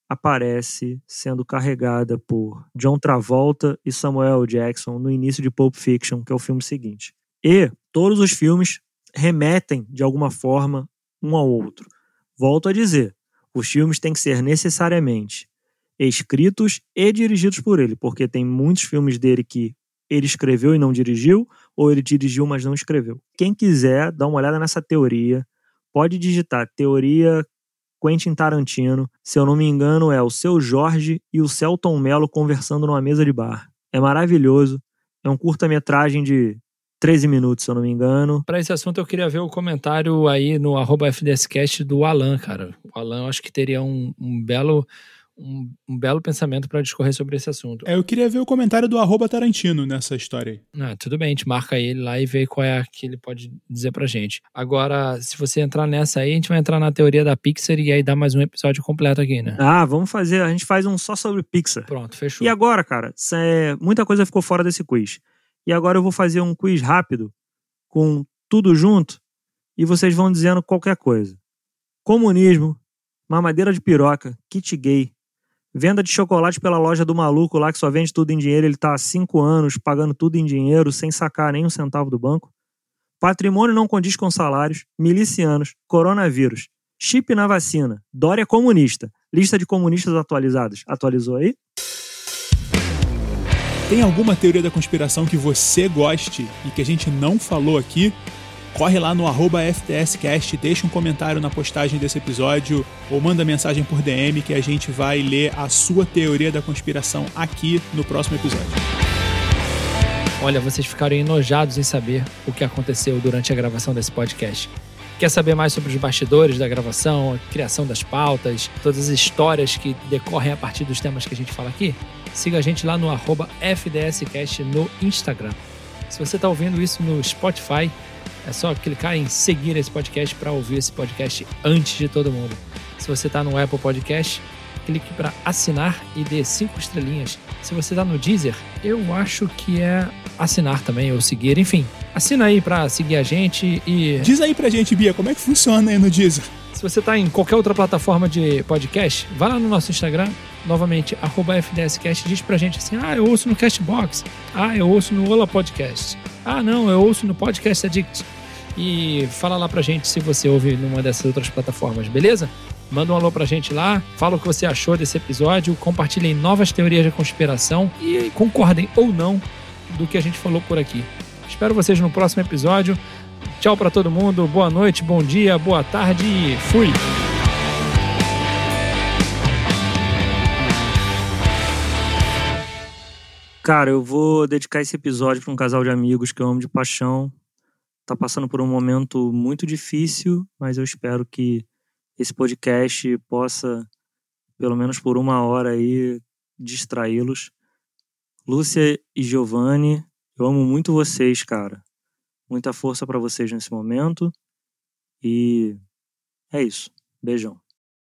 aparece sendo carregada por John Travolta e Samuel Jackson no início de Pulp Fiction, que é o filme seguinte. E todos os filmes remetem, de alguma forma, um ao outro. Volto a dizer, os filmes têm que ser necessariamente escritos e dirigidos por ele, porque tem muitos filmes dele que ele escreveu e não dirigiu, ou ele dirigiu, mas não escreveu. Quem quiser dar uma olhada nessa teoria, pode digitar teoria Quentin Tarantino. Se eu não me engano, é o Seu Jorge e o Selton Mello conversando numa mesa de bar. É maravilhoso. É um curta-metragem de 13 minutos, se eu não me engano. Para esse assunto, eu queria ver o comentário aí no @FDScast do Alan, cara. O Alan, eu acho que teria um belo pensamento para discorrer sobre esse assunto. Eu queria ver o comentário do @Tarantino nessa história aí. Tudo bem, a gente marca ele lá e vê qual é a que ele pode dizer pra gente. Agora, se você entrar nessa aí, a gente vai entrar na teoria da Pixar e aí dar mais um episódio completo aqui, né? Vamos fazer, a gente faz um só sobre Pixar. Pronto, fechou. E agora, cara, muita coisa ficou fora desse quiz. E agora eu vou fazer um quiz rápido, com tudo junto, e vocês vão dizendo qualquer coisa. Comunismo, mamadeira de piroca, kit gay, venda de chocolate pela loja do maluco lá que só vende tudo em dinheiro, ele tá há 5 anos pagando tudo em dinheiro, sem sacar nem um centavo do banco. Patrimônio não condiz com salários, milicianos, coronavírus, chip na vacina, Dória comunista, lista de comunistas atualizados. Atualizou aí? Tem alguma teoria da conspiração que você goste e que a gente não falou aqui? Corre lá no @FDScast, deixa um comentário na postagem desse episódio ou manda mensagem por DM que a gente vai ler a sua teoria da conspiração aqui no próximo episódio. Olha, vocês ficaram enojados em saber o que aconteceu durante a gravação desse podcast. Quer saber mais sobre os bastidores da gravação, a criação das pautas, todas as histórias que decorrem a partir dos temas que a gente fala aqui? Siga a gente lá no @FDScast no Instagram. Se você está ouvindo isso no Spotify, é só clicar em seguir esse podcast para ouvir esse podcast antes de todo mundo. Se você está no Apple Podcast, clique para assinar e dê 5 estrelinhas. Se você está no Deezer, eu acho que é assinar também ou seguir. Enfim, assina aí para seguir a gente e... Diz aí pra gente, Bia, como é que funciona aí no Deezer? Se você está em qualquer outra plataforma de podcast, vai lá no nosso Instagram, novamente, @FDScast, diz pra gente assim, eu ouço no Castbox, eu ouço no Ola Podcast, não, eu ouço no Podcast Addict. E fala lá pra gente se você ouve numa dessas outras plataformas, beleza? Manda um alô pra gente lá, fala o que você achou desse episódio, compartilhem novas teorias de conspiração e concordem ou não do que a gente falou por aqui. Espero vocês no próximo episódio. Tchau pra todo mundo, boa noite, bom dia, boa tarde e fui! Cara, eu vou dedicar esse episódio para um casal de amigos que eu amo de paixão. Tá passando por um momento muito difícil, mas eu espero que esse podcast possa, pelo menos por 1 hora aí, distraí-los. Lúcia e Giovanni, eu amo muito vocês, cara. Muita força para vocês nesse momento. E é isso. Beijão.